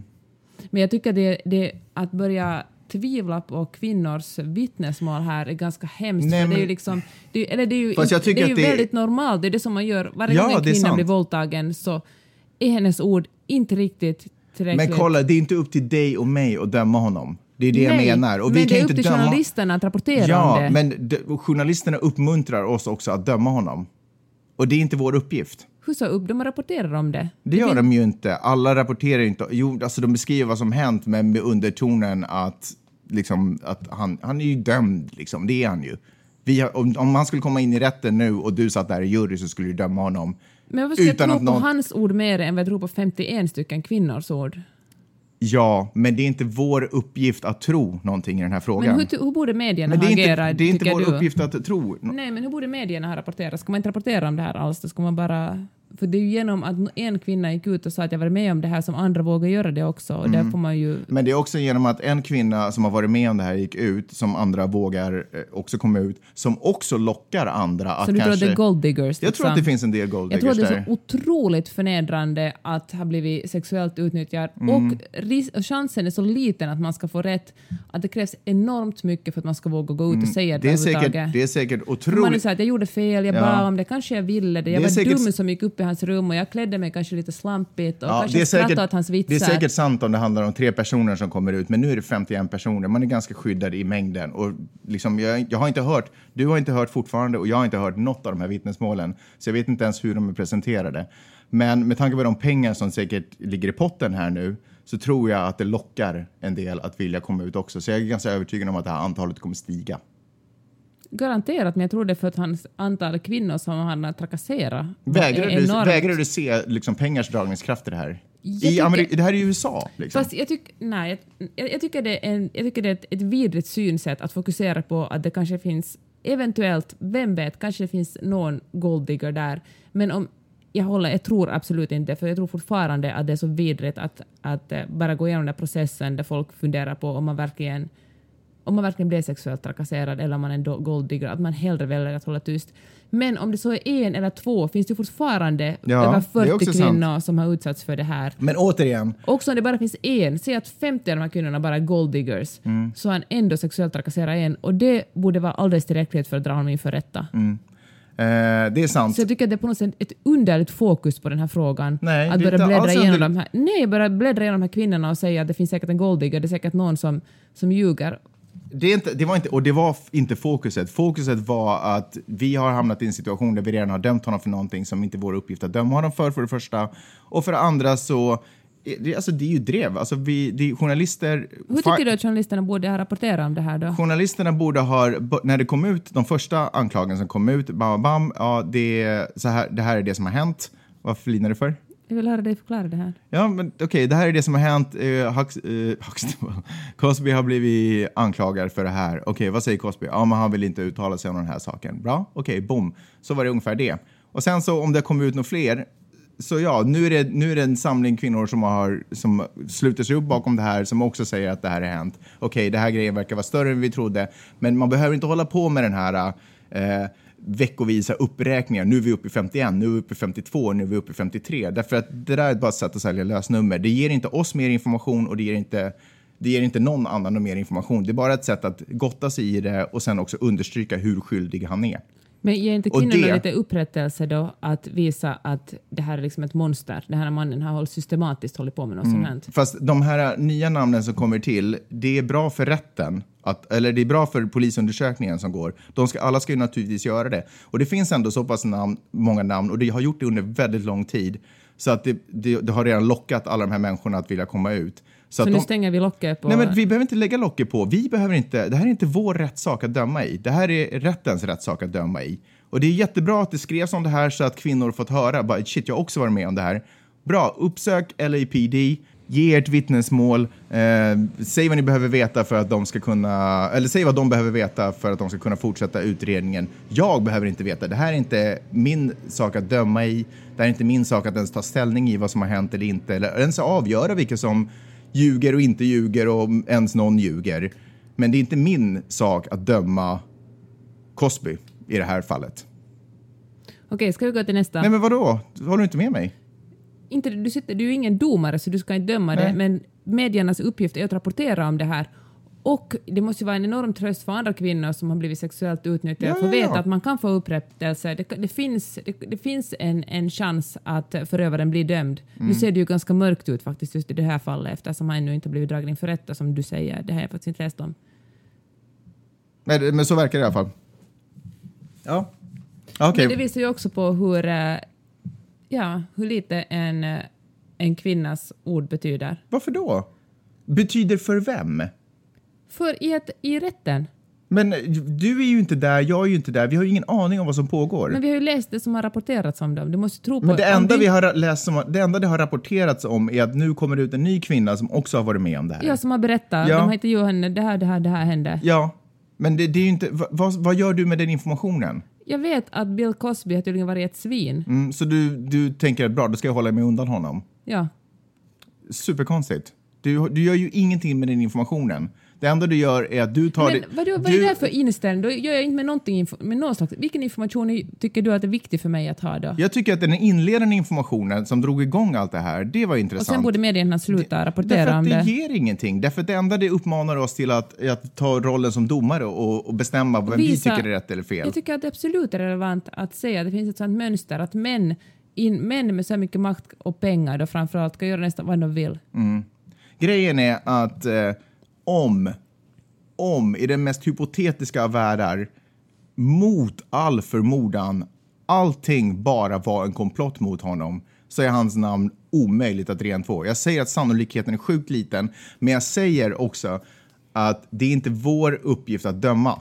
Men jag tycker det att börja tvivla på kvinnors vittnesmål här är ganska hemskt. Nej, för det är ju liksom det är ju väldigt normalt. Det är det som man gör varje gång en kvinna blir våldtagen, så är hennes ord inte riktigt tillräckligt. Men kolla, det är inte upp till dig och mig att döma honom. Det är det jag menar. Och men vi kan det är inte upp till journalisterna att rapportera om det. Ja, men journalisterna uppmuntrar oss också att döma honom. Och det är inte vår uppgift. Hur så de rapporterar om det? Det gör de ju inte. Alla rapporterar inte. Jo, alltså de beskriver vad som hänt, men med undertonen att han är ju dömd. Liksom. Det är han ju. Om han skulle komma in i rätten nu och du satt där i jury, så skulle du döma honom. Men varför ska jag tro på hans ord mer än vad jag tror på 51 stycken kvinnors ord? Ja, men det är inte vår uppgift att tro någonting i den här frågan. Men hur borde medierna men agera? Det är inte vår uppgift att tro. Nej, men hur borde medierna ha rapporterat? Ska man inte rapportera om det här alls? Då ska man bara... För det är ju genom att en kvinna gick ut och sa att jag var med om det här som andra vågar göra det också. Och där får man ju... Men det är också genom att en kvinna som har varit med om det här gick ut, som andra vågar också komma ut, som också lockar andra att så du kanske... tror att det är gold diggers? Jag tror att det finns en del gold diggers där. Jag tror att det är så otroligt förnedrande att ha blivit sexuellt utnyttjad. Och chansen är så liten att man ska få rätt. Att det krävs enormt mycket för att man ska våga gå ut och säga det överhuvudtaget. Det är säkert otroligt... Man säger att jag gjorde fel, jag bad om det, kanske jag ville det. Jag var dum som gick upp i hans rum och jag klädde mig kanske lite slampigt och kanske skrattade åt hans vitsar. Det är säkert sant om det handlar om 3 personer som kommer ut, men nu är det 51 personer. Man är ganska skyddad i mängden. Och liksom, jag har inte hört, du har inte hört fortfarande och jag har inte hört något av de här vittnesmålen. Så jag vet inte ens hur de är presenterade. Men med tanke på de pengar som säkert ligger i potten här nu, så tror jag att det lockar en del att vilja komma ut också. Så jag är ganska övertygad om att det här antalet kommer stiga. Garanterat, men jag tror det för att hans antal kvinnor som han trakasserat vägrar du se liksom pengars dragningskraft i det här? Det här är i USA. Liksom. Fast jag tycker det är ett vidrigt synsätt att fokusera på att det kanske finns eventuellt, vem vet, kanske det finns någon golddigger där. Men jag tror absolut inte, för jag tror fortfarande att det är så vidrigt att bara gå igenom den här processen där folk funderar på om man verkligen blir sexuellt trakasserad eller om man är en golddigger, att man hellre väljer att hålla tyst. Men om det så är 1 eller 2 finns det fortfarande över 40 kvinnor som har utsatts för det här. Men återigen... Också om det bara finns 1, säg att 50 av de här kvinnorna bara är golddiggers, så han ändå sexuellt trakasserar en. Och det borde vara alldeles tillräckligt för att dra honom inför rätta. Det är sant. Så jag tycker att det är på något sätt ett underligt fokus på den här frågan. Nej, att börja bläddra igenom de här kvinnorna och säga att det finns säkert en golddigger, det är säkert någon som ljuger. Det var inte fokuset. Fokuset var att vi har hamnat i en situation där vi redan har dömt honom för någonting som inte är vår uppgift att döma honom för det första. Och för det andra så... det är ju drev. Alltså journalister... Hur tycker du att journalisterna borde ha rapporterat om det här då? Journalisterna borde ha... När det kom ut, de första anklagelserna som kom ut, det här är det som har hänt. Vad flinar du för? Jag vill höra dig förklara det här. Ja, men okej, det här är det som har hänt. Cosby har blivit anklagad för det här. Okej, vad säger Cosby? Ja, men han vill inte uttala sig om den här saken. Bra, okej, boom. Så var det ungefär det. Och sen så om det kommer ut några fler, så ja, nu är det en samling kvinnor som sluter sig upp bakom det här, som också säger att det här har hänt. Okej, det här grejen verkar vara större än vi trodde. Men man behöver inte hålla på med den här... veckovisa uppräkningar. Nu är vi uppe i 51, nu är vi uppe i 52, nu är vi uppe i 53. Därför att det där är bara ett sätt att sälja lösnummer. Det ger inte oss mer information och det ger inte någon annan mer information. Det är bara ett sätt att gotta sig i det och sen också understryka hur skyldig han är. Men ger inte kvinnorna lite upprättelse då att visa att det här är liksom ett monster? Den här mannen har systematiskt hållit på med något sånt här. Fast de här nya namnen som kommer till, det är bra för rätten. Eller det är bra för polisundersökningen som går. Alla ska ju naturligtvis göra det. Och det finns ändå så pass många namn och det har gjort det under väldigt lång tid. Så att det har redan lockat alla de här människorna att vilja komma ut. Så nu stänger vi locket på... Nej, men vi behöver inte lägga locket på. Det här är inte vår rättssak att döma i. Det här är rättens rättssak att döma i. Och det är jättebra att det skrevs om det här så att kvinnor fått höra. Bara, shit, jag har också varit med om det här. Bra, uppsök LAPD. Ge ert vittnesmål. Säg vad ni behöver veta för att de ska kunna... Eller säg vad de behöver veta för att de ska kunna fortsätta utredningen. Jag behöver inte veta. Det här är inte min sak att döma i. Det här är inte min sak att ens ta ställning i vad som har hänt eller inte. Eller ens avgöra vilka som ljuger och inte ljuger och ens någon ljuger. Men det är inte min sak att döma Cosby i det här fallet. Okej, ska vi gå till nästa? Nej, men vadå? Håller du inte med mig? Inte, du är ju ingen domare så du ska inte döma det, men mediernas uppgift är att rapportera om det här. Och det måste ju vara en enorm tröst för andra kvinnor som har blivit sexuellt utnyttjade att få veta att man kan få upprättelse. Det finns en chans att förövaren blir dömd. Nu ser det ju ganska mörkt ut faktiskt just i det här fallet eftersom han ännu inte blivit dragen inför rätta som du säger. Det har jag faktiskt inte läst om. Nej, men så verkar det i alla fall. Ja. Okay. Men det visar ju också på hur lite en kvinnas ord betyder. Varför då? Betyder för vem? För i rätten. Men du är ju inte där, jag är ju inte där. Vi har ju ingen aning om vad som pågår. Men vi har ju läst det som har rapporterats om dem. Du måste tro på... Men det enda vi har läst det enda det har rapporterats om är att nu kommer det ut en ny kvinna som också har varit med om det här. Ja, som har berättat. Ja. De har intervjuat henne. Det här hände. Ja, men det är ju inte... Vad gör du med den informationen? Jag vet att Bill Cosby har tydligen varit ett svin. Så du tänker att bra, då ska jag hålla mig undan honom. Ja. Superkonstigt. Du gör ju ingenting med den informationen. Det enda du gör är att du tar... Men vad är det för inställning? Då gör jag inte med någonting med någon slags... Vilken information tycker du att det är viktigt för mig att ha då? Jag tycker att den inledande informationen som drog igång allt det här, det var intressant. Och sen borde medierna sluta rapportera om det. Därför att det ger ingenting. Därför att det enda det uppmanar oss till att ta rollen som domare och bestämma vem vi tycker är rätt eller fel. Jag tycker att det absolut är relevant att säga att det finns ett sådant mönster att män med så mycket makt och pengar då framförallt ska göra nästan vad de vill. Grejen är att om i den mest hypotetiska av världar mot all förmodan allting bara var en komplott mot honom, så är hans namn omöjligt att rent få. Jag säger att sannolikheten är sjukt liten, men jag säger också att det är inte vår uppgift att döma.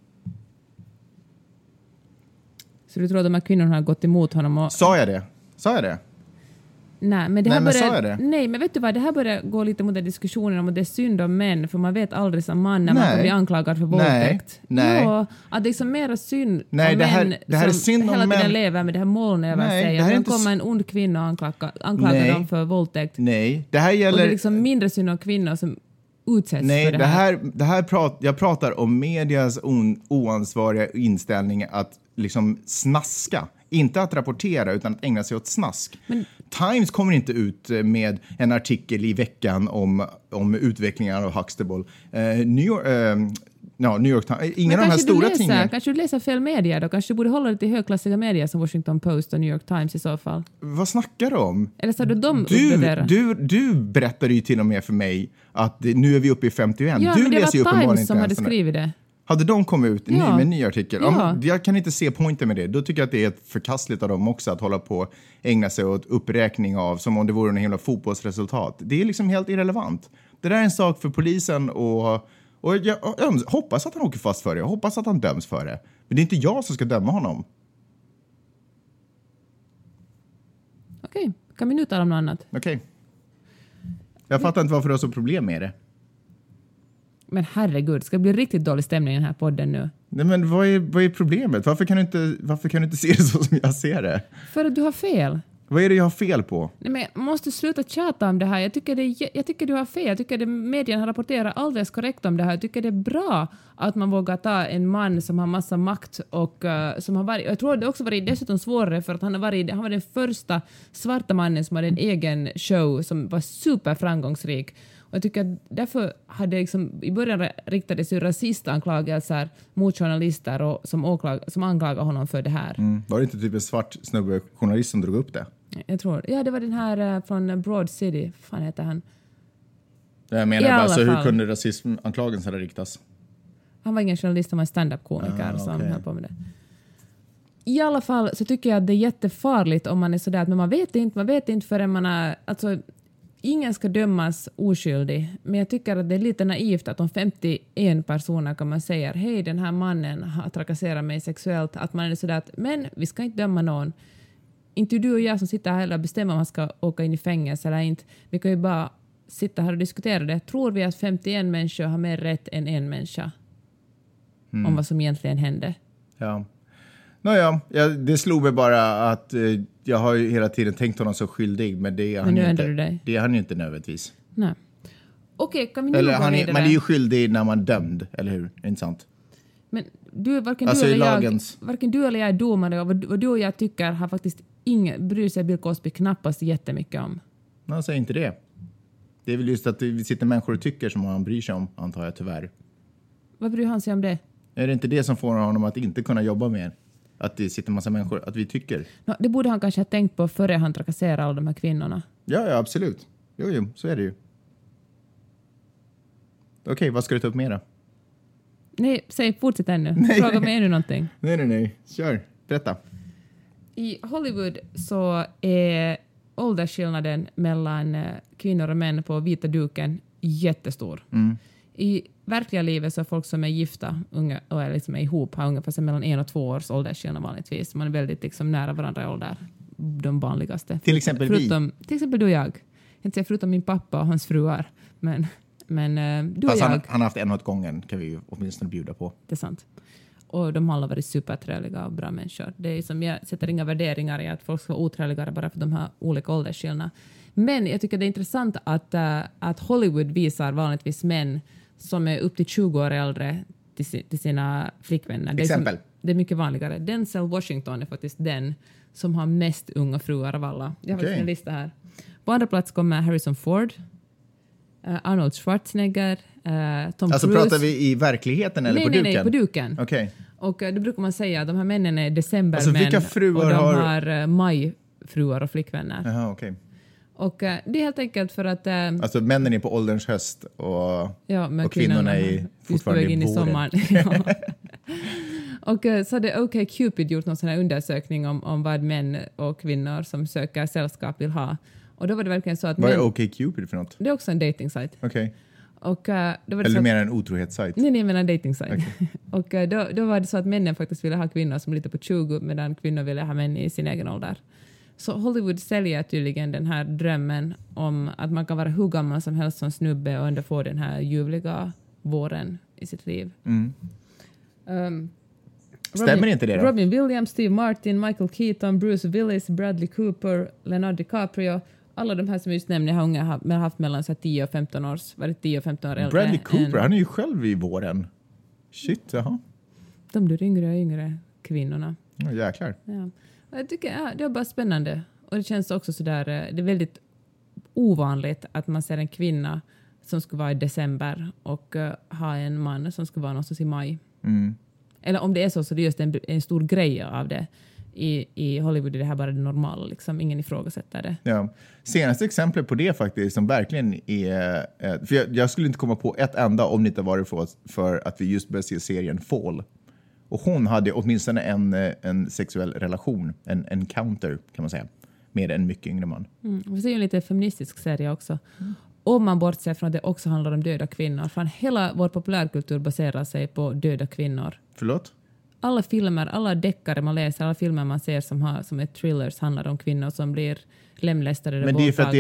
Så du tror att de här kvinnorna har gått emot honom? Och... Sa jag det? Nej, men det här men sa jag det? Nej, men vet du vad? Det här börjar gå lite mot den diskussionen om att det är synd om män, för man vet aldrig som man när man kan bli anklagad för våldtäkt. Nej. Ja, att det är som mera synd om det här män är som synd om hela tiden män. lever med det här molnet över sig. Att det kommer en ond kvinna och anklagar dem för våldtäkt. Nej, det här gäller... Och det är liksom mindre synd om kvinnor som utsätts för det här. Jag pratar om medias oansvariga inställning att liksom snaska. Inte att rapportera utan att ägna sig åt snask. Times kommer inte ut med en artikel i veckan om utvecklingen av Huxtable. New York Times, ingen av de här stora tidningarna. Kanske du läser fel media då? Kanske du borde hålla dig till högklassiga medier som Washington Post och New York Times i så fall. Vad snackar du om? Eller så de du berättade ju till och med för mig att nu är vi uppe i 51. Ja, du men det läser var ju Times som hade skrivit det. Hade de kommit ut med en ny artikel? Ja. Jag kan inte se poängen med det. Då tycker jag att det är ett förkastligt av dem också att hålla på och ägna sig åt uppräkning av som om det vore en himla fotbollsresultat. Det är liksom helt irrelevant. Det där är en sak för polisen och jag hoppas att han åker fast för det. Jag hoppas att han döms för det. Men det är inte jag som ska döma honom. Okej, kan vi nu tala om något annat? Okej. Jag fattar inte varför du har så problem med det. Men herregud, ska det bli riktigt dålig stämning i den här podden nu? Nej, men vad är problemet? Varför kan du inte se det så som jag ser det? För att du har fel. Vad är det jag har fel på? Nej, men jag måste sluta tjata om det här. Jag tycker du har fel. Jag tycker att medierna har rapporterat alldeles korrekt om det här. Jag tycker det är bra att man vågar ta en man som har massa makt och som har varit... Jag tror det också varit dessutom svårare för att han var den första svarta mannen som hade en egen show som var superframgångsrik. Och jag tycker att därför hade liksom, i början riktades ju rasistanklagelser mot journalister och som anklagar honom för det här. Var det inte typ en svart snubbe journalist som drog upp det? Jag tror. Ja, det var den här från Broad City. Fan heter han? Jag menar bara, så hur kunde rasismanklagelser riktas? Han var ingen journalist, han var en stand-up-komiker som höll på med det. I alla fall så tycker jag att det är jättefarligt om man är sådär att men man vet inte förrän man är... Alltså, ingen ska dömas oskyldig, men jag tycker att det är lite naivt att om 51 personer kan man säga hej, den här mannen har trakasserat mig sexuellt, att man är sådär att men vi ska inte döma någon. Inte du och jag som sitter här och bestämmer om man ska åka in i fängelse eller inte. Vi kan ju bara sitta här och diskutera det. Tror vi att 51 människor har mer rätt än en människa om vad som egentligen hände? Ja. Nåja, det slog mig bara att jag har ju hela tiden tänkt honom så skyldig, men det är han ju inte. Det är han ju inte nödvändigtvis. Nej. Okej, kan vi nu eller gå vidare? Man är ju skyldig när man är dömd, eller hur? Är inte sant? Men varken du eller jag är domare, och vad du och jag tycker har faktiskt bryr sig Bill Cosby knappast jättemycket om. Nej, säg inte det. Det är väl just att det sitter människor och tycker som han bryr sig om, antar jag tyvärr. Vad bryr han sig om det? Är det inte det som får honom att inte kunna jobba mer? Att det sitter en massa människor, att vi tycker. Det borde han kanske ha tänkt på före han trakasserar alla de här kvinnorna. Ja, absolut. Jo, så är det ju. Okej, vad ska du ta upp mer då? Nej, fortsätt ännu. Fråga mig ännu någonting. Nej. Kör, berätta. I Hollywood så är åldersskillnaden mellan kvinnor och män på vita duken jättestor. I verkliga livet så är folk som är gifta unga, och är liksom ihop har ungefär mellan 1 och 2 års åldersskillnad vanligtvis. Man är väldigt liksom nära varandra i ålder. De vanligaste. Till exempel förutom, till exempel du och jag. Jag inte säga förutom min pappa och hans fruar. Men du Fast och jag. han har haft en åt gången, kan vi ju åtminstone bjuda på. Det är sant. Och de har alla varit supertrevliga och bra människor. Det är som, jag sätter inga värderingar i att folk ska vara otrevligare bara för de här olika åldersskillnaderna. Men jag tycker det är intressant att Hollywood visar vanligtvis män som är upp till 20 år äldre till sina flickvänner. Exempel? Det är mycket vanligare. Denzel Washington är faktiskt den som har mest unga fruar av alla. Jag har en lista här. På andra plats kommer Harrison Ford, Arnold Schwarzenegger, Tom alltså Cruise. pratar vi i verkligheten eller på duken? Nej, på duken. Okej. Och då brukar man säga att de här männen är decembermän Alltså, vilka fruar och de har majfruar och flickvänner. Jaha, okej. Och det är helt enkelt för att... Alltså männen är på ålderns höst och kvinnorna är fortfarande in i våren. sommaren. Ja. Och så hade OkCupid gjort någon sån här undersökning om vad män och kvinnor som söker sällskap vill ha. Och då var det verkligen så att... Vad är OkCupid för något? Det är också en dating-sajt. Okej. Och då var det eller så mer en otrohetssajt? Nej, jag menar en dating-sajt. Okay. Och då var det så att männen faktiskt ville ha kvinnor som lite på 20 medan kvinnor ville ha män i sin egen ålder. Så Hollywood säljer tydligen den här drömmen om att man kan vara hur gammal som helst som snubbe och ändå få den här ljuvliga våren i sitt liv. Stämmer inte det då? Robin Williams, Steve Martin, Michael Keaton, Bruce Willis, Bradley Cooper, Leonardo DiCaprio. Alla de här som just nämnde har haft mellan 10 och 15 år äldre. Bradley Cooper, han är ju själv i våren. Shit, jaha. De blir yngre och yngre, kvinnorna. Ja, jäklar. Ja. Jag tycker det är bara spännande. Och det känns också sådär, det är väldigt ovanligt att man ser en kvinna som skulle vara i december och ha en man som skulle vara någonstans i maj. Eller om det är så det är just en stor grej av det. I Hollywood är det här bara det normala, liksom. Ingen ifrågasätter det. Ja. Senaste exemplet på det faktiskt som verkligen är... För jag skulle inte komma på ett enda om det inte varit för att vi just började se serien Fall. Och hon hade åtminstone en sexuell relation, en encounter kan man säga, med en mycket yngre man. Vi ser ju en lite feministisk serie också. Om man bortser från att det också handlar om döda kvinnor. För hela vår populärkultur baserar sig på döda kvinnor. Förlåt? Alla filmer, alla deckare man läser, alla filmer man ser som är thrillers handlar om kvinnor som blir lemlästade. Men det är för att det är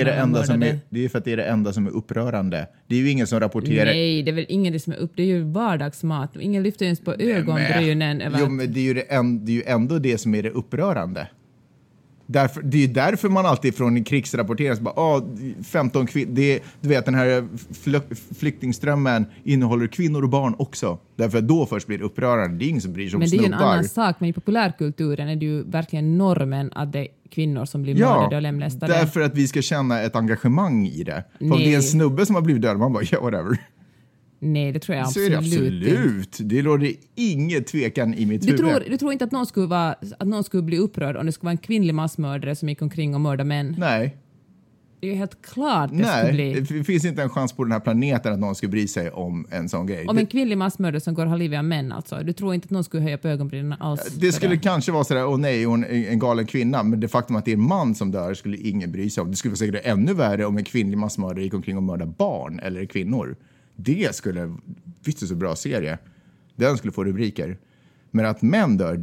det enda som är upprörande. Det är ju ingen som rapporterar... Nej, det är väl ingen som är upp. Det är ju vardagsmat. Ingen lyfter ens på ögonbrynen. Jo, men det är ju ändå det som är det upprörande. Det är ju därför man alltid från krigsrapporteringen så bara, 15 kvinnor, du vet den här flyktingströmmen innehåller kvinnor och barn också. Därför att då först blir det upprörande. Det är ingen som bryr sig om snubbar. Men det är ju en annan sak. Men i populärkulturen är det ju verkligen normen att det är kvinnor som blir mördade och lemlästade. Därför att vi ska känna ett engagemang i det. För om det är en snubbe som har blivit död, man bara, whatever. Nej, det tror jag så absolut. Det råder inget tvekan i mitt huvud. Du tror inte att någon skulle bli upprörd om det skulle vara en kvinnlig massmördare som gick omkring och mördade män? Nej. Det är ju helt klart det skulle bli. Det finns inte en chans på den här planeten att någon skulle bry sig om en sån grej. Om en kvinnlig massmördare som går och har liv i män alltså. Du tror inte att någon skulle höja på ögonbrynen alls? Det skulle kanske vara sådär, nej, hon är en galen kvinna. Men det faktum att det är en man som dör skulle ingen bry sig om. Det skulle vara säkert ännu värre om en kvinnlig massmördare gick omkring och mördade barn eller kvinnor. Det skulle, visst är så bra serie. Den skulle få rubriker. Men att män dör,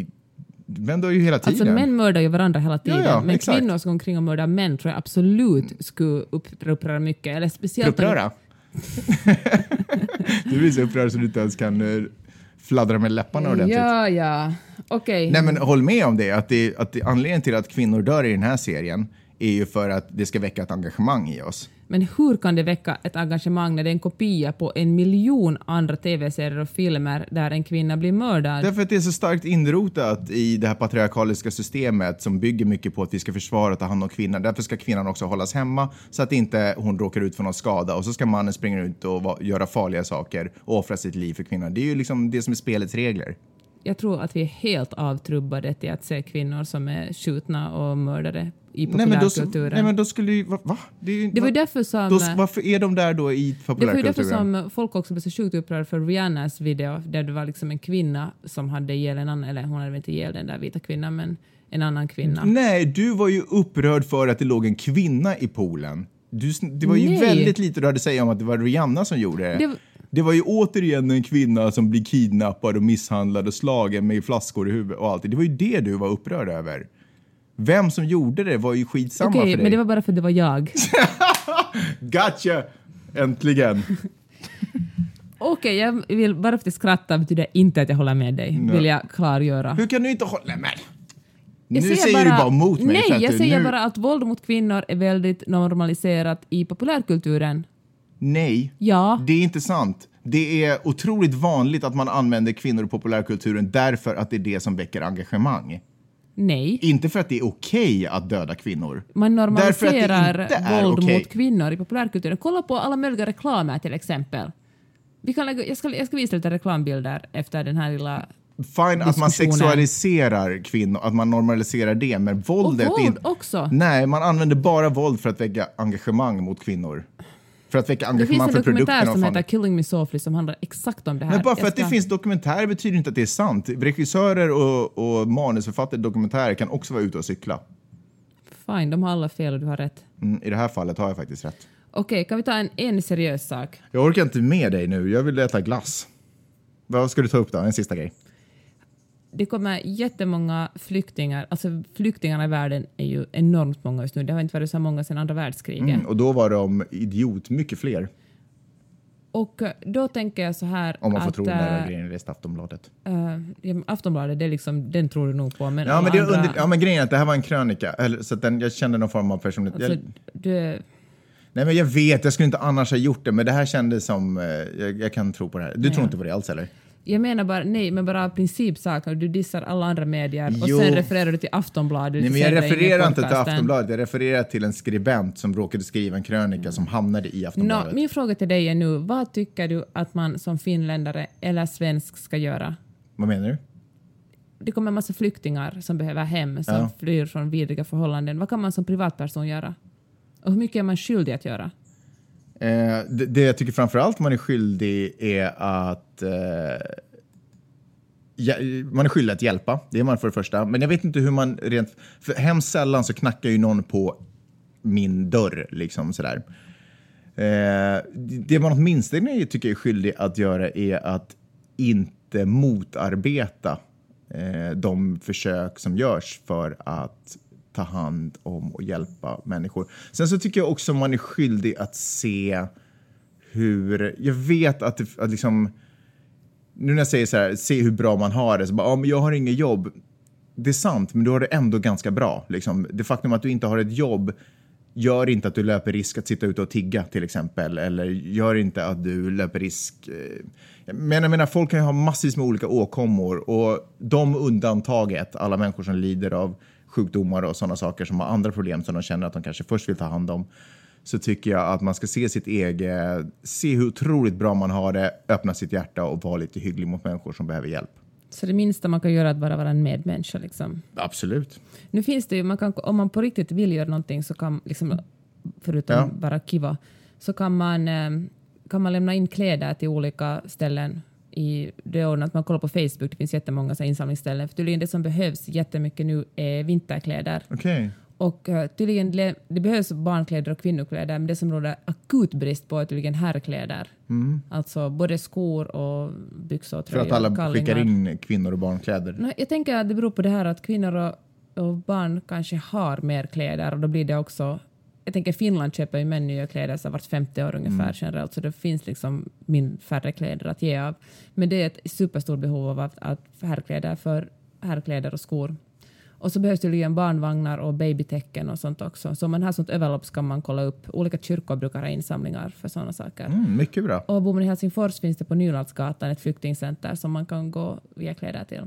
män dör ju hela tiden. Alltså män mördar ju varandra hela tiden. Ja, men exakt. Kvinnor som går omkring och mördar män tror jag absolut skulle uppröra mycket. Eller speciellt... Uppröra? Du blir så upprörd så du inte ens kan fladdra med läpparna ordentligt. Ja. Okej. Nej, men håll med om det. Att anledningen till att kvinnor dör i den här serien är ju för att det ska väcka ett engagemang i oss. Men hur kan det väcka ett engagemang när det är en kopia på 1 miljon andra tv-serier och filmer där en kvinna blir mördad? Därför att det är så starkt inrotat i det här patriarkaliska systemet som bygger mycket på att vi ska försvara och ta hand om kvinnan. Därför ska kvinnan också hållas hemma så att inte hon råkar ut för någon skada. Och så ska mannen springa ut och göra farliga saker och offra sitt liv för kvinnan. Det är ju liksom det som är spelets regler. Jag tror att vi är helt avtrubbade till att se kvinnor som är skjutna och mördade i populärkulturen. Nej, men då skulle ju... Va? Det var därför som... Varför är de där då i populärkulturen? Det var därför som folk också blev så sjukt upprörda för Rihannas video där det var liksom en kvinna som hade ihjäl en annan, eller hon hade väl inte ihjäl den där vita kvinnan, men en annan kvinna. Nej, du var ju upprörd för att det låg en kvinna i poolen. Det var ju väldigt lite du hade att säga om att det var Rihanna som gjorde det. Det var ju återigen en kvinna som blir kidnappad och misshandlad och slagen med flaskor i huvudet och allt. Det var ju det du var upprörd över. Vem som gjorde det var ju skitsamma för dig. Okej, men det var bara för att det var jag. Gotcha! Äntligen. Okej, jag vill bara för att skratta betyder inte att jag håller med dig. Nej. Vill jag klargöra. Hur kan du inte hålla med? Nu Jag säger du bara emot mig. Nej, jag säger nu... bara att våld mot kvinnor är väldigt normaliserat i populärkulturen. Nej, Ja. det är inte sant. Det är otroligt vanligt att man använder kvinnor i populärkulturen därför att det är det som väcker engagemang. Nej. Inte för att det är okej att döda kvinnor. Man normaliserar våld okej. mot kvinnor i populärkulturen. Kolla på alla möjliga reklamer till exempel. Jag ska visa lite reklambilder efter den här lilla Fine att man sexualiserar kvinnor, att man normaliserar det, men våldet... Och våld också. Nej, man använder bara våld för att väcka engagemang mot kvinnor. För att väcka engagemang för produkterna. Det finns en dokumentär som heter Killing Me Softly som handlar exakt om det här. Men bara för att det finns dokumentärer betyder inte att det är sant. Regissörer och manusförfattare dokumentärer kan också vara ute och cykla. Fine, de har alla fel och du har rätt. I det här fallet har jag faktiskt rätt. Okej, kan vi ta en seriös sak? Jag orkar inte med dig nu. Jag vill äta glass. Vad ska du ta upp då? En sista grej. Det kommer jättemånga flyktingar. Alltså flyktingarna i världen är ju enormt många just nu. Det har inte varit så många sedan andra världskriget. Och då var de mycket fler. Och då tänker jag så här om man får att, tro den där grejen i Aftonbladet. Aftonbladet, det är liksom, den tror du nog på. Men ja, men, det andra... ja, men grejen är att det här var en krönika. Så att jag kände någon form av personlighet. Alltså, Nej, men jag vet, jag skulle inte annars ha gjort det. Men det här kändes som, jag kan tro på det här. Du tror inte på det alls, eller? Jag menar bara, nej, men bara principsaker. Du dissar alla andra medier och sen refererar du till Aftonbladet. Nej, men jag refererar inte till Aftonbladet. Jag refererar till en skribent som råkade skriva en krönika som hamnade i Aftonbladet. Min fråga till dig är nu, vad tycker du att man som finländare eller svensk ska göra? Vad menar du? Det kommer en massa flyktingar som behöver hem, som flyr från vidriga förhållanden. Vad kan man som privatperson göra? Och hur mycket är man skyldig att göra? Det jag tycker framförallt man är skyldig är att man är skyldig att hjälpa. Det är man för det första. Men jag vet inte hur man rent... För hemskt sällan så knackar ju någon på min dörr liksom sådär. Det man åtminstone tycker jag är skyldig att göra är att inte motarbeta de försök som görs för att ta hand om och hjälpa människor. Sen så tycker jag också man är skyldig att se hur... Jag vet att liksom... Nu när jag säger så här, se hur bra man har det. Så bara, men jag har inget jobb. Det är sant, men du har det ändå ganska bra. Liksom. Det faktum att du inte har ett jobb gör inte att du löper risk att sitta ute och tigga till exempel. Eller gör inte att du löper risk... Men jag menar, folk kan ju ha massvis med olika åkommor. Och de undantaget, alla människor som lider av sjukdomar och sådana saker som har andra problem som de känner att de kanske först vill ta hand om, så tycker jag att man ska se sitt eget, se hur otroligt bra man har det, öppna sitt hjärta och vara lite hygglig mot människor som behöver hjälp. Så det minsta man kan göra är att bara vara en medmänniska liksom? Absolut. Nu finns det ju, om man på riktigt vill göra någonting så kan liksom, förutom bara kiva, så kan man lämna in kläder till olika ställen. Det är att man kollar på Facebook, det finns jättemånga så insamlingsställen. För tydligen det som behövs jättemycket nu är vinterkläder. Okej. Och tydligen det behövs barnkläder och kvinnokläder, men det som råder akut brist på är tydligen herrkläder. Alltså både skor och byxor och tröjor. För att alla skickar in kvinnor och barnkläder? Nej, jag tänker att det beror på det här att kvinnor och barn kanske har mer kläder och då blir det också... Jag tänker Finland köper ju män nya kläder så vart 50 år ungefär generellt, så det finns liksom färre kläder att ge av. Men det är ett superstort behov av att herrkläder för herrkläder och skor. Och så behövs det ju barnvagnar och babytecken och sånt också. Så om man har sånt överlopp ska man kolla upp. Olika kyrkor brukar ha insamlingar för sådana saker. Mycket bra. Och bor man i Helsingfors finns det på Nylandsgatan ett flyktingcenter som man kan gå via kläder till.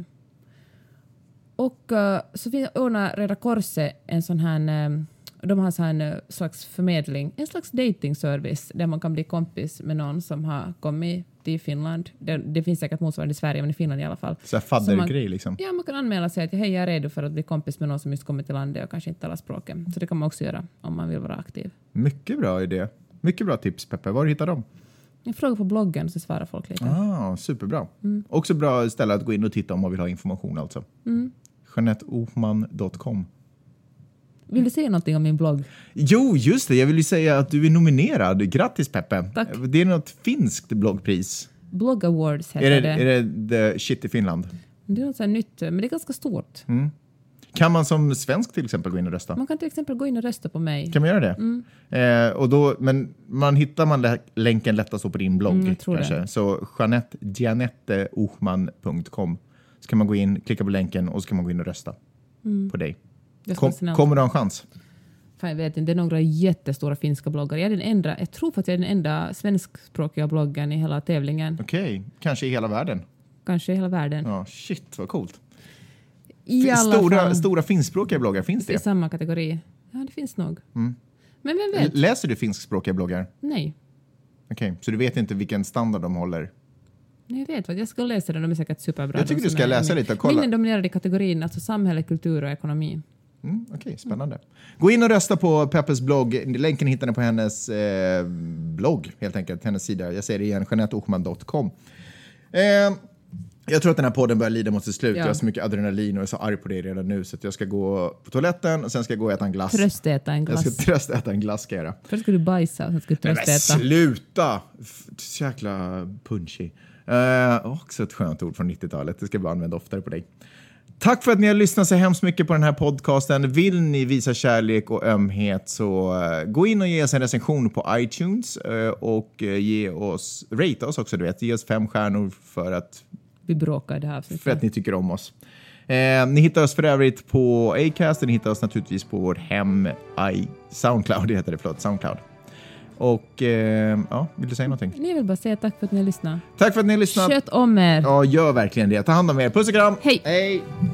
Och så ordnar Röda Korset en sån här... De har en slags förmedling, en slags datingservice där man kan bli kompis med någon som har kommit till Finland. Det finns säkert motsvarande i Sverige, men i Finland i alla fall. Så faddergrej liksom? Ja, man kan anmäla sig att hej, jag är redo för att bli kompis med någon som just kommit till landet och kanske inte talar språket. Så det kan man också göra om man vill vara aktiv. Mycket bra idé. Mycket bra tips, Peppe. Var hittar de? Jag frågar på bloggen så svarar folk lite. Superbra. Också bra ställe att gå in och titta om man vill ha information alltså. JeanetteOhman.com. Vill du säga någonting om min blogg? Jo, just det. Jag vill ju säga att du är nominerad. Grattis, Peppe. Tack. Det är något finskt bloggpris. Blogg Awards heter det. Är det the shit i Finland? Det är något så här nytt, men det är ganska stort. Kan man som svensk till exempel gå in och rösta? Man kan till exempel gå in och rösta på mig. Kan man göra det? Och då, men hittar man länken lättast på din blogg jag tror kanske. det. Så janetteochman.com. Så kan man gå in, klicka på länken och så kan man gå in och rösta på dig. Kommer du ha en chans? Fan, jag vet inte, det är några jättestora finska bloggar. Jag tror att jag är den enda svenskspråkiga bloggen i hela tävlingen. Okej, kanske i hela världen. Kanske i hela världen. Ja, shit, vad coolt. I alla fall, Stora finskspråkiga bloggar, finns det? i samma kategori. Ja, det finns nog. Men vem vet? Läser du finskspråkiga bloggar? Nej. Okej, så du vet inte vilken standard de håller? Nej, jag vet vad. Jag ska läsa den, de är säkert superbra. Jag tycker du ska läsa lite och kolla. Min är dominerad i kategorin, alltså samhälle, kultur och ekonomi. Okej, spännande. Gå in och rösta på Peppes blogg. Länken hittar ni på hennes blogg, helt enkelt. Hennes sida. Jag säger det igen, janetteochman.com. Jag tror att den här podden börjar lida mot sitt slut. Ja. Jag har så mycket adrenalin och är så arg på det redan nu. Så att jag ska gå på toaletten och sen ska jag gå och äta en glass. Tröstäta en glass. Jag ska tröstäta en glass, ska jag göra. Först ska du bajsa och sen ska du Men tröstäta. sluta! Så jäkla punchy. Också ett skönt ord från 90-talet. Det ska jag bara använda oftare på dig. Tack för att ni har lyssnat så hemskt mycket på den här podcasten. Vill ni visa kärlek och ömhet så gå in och ge oss en recension på iTunes och rate oss också, du vet. Ge oss 5 stjärnor för att Vi bråkar i det här avsnittet. för att ni tycker om oss. Ni hittar oss för övrigt på Acast. Ni hittar oss naturligtvis på vårt hem Soundcloud. Det heter det, Soundcloud. Och vill du säga någonting? Ni vill bara säga tack för att ni har lyssnat. Tack för att ni har lyssnat. Sköt om er. Ja, gör verkligen det. Ta hand om er. Puss och kram. Hej. Hej.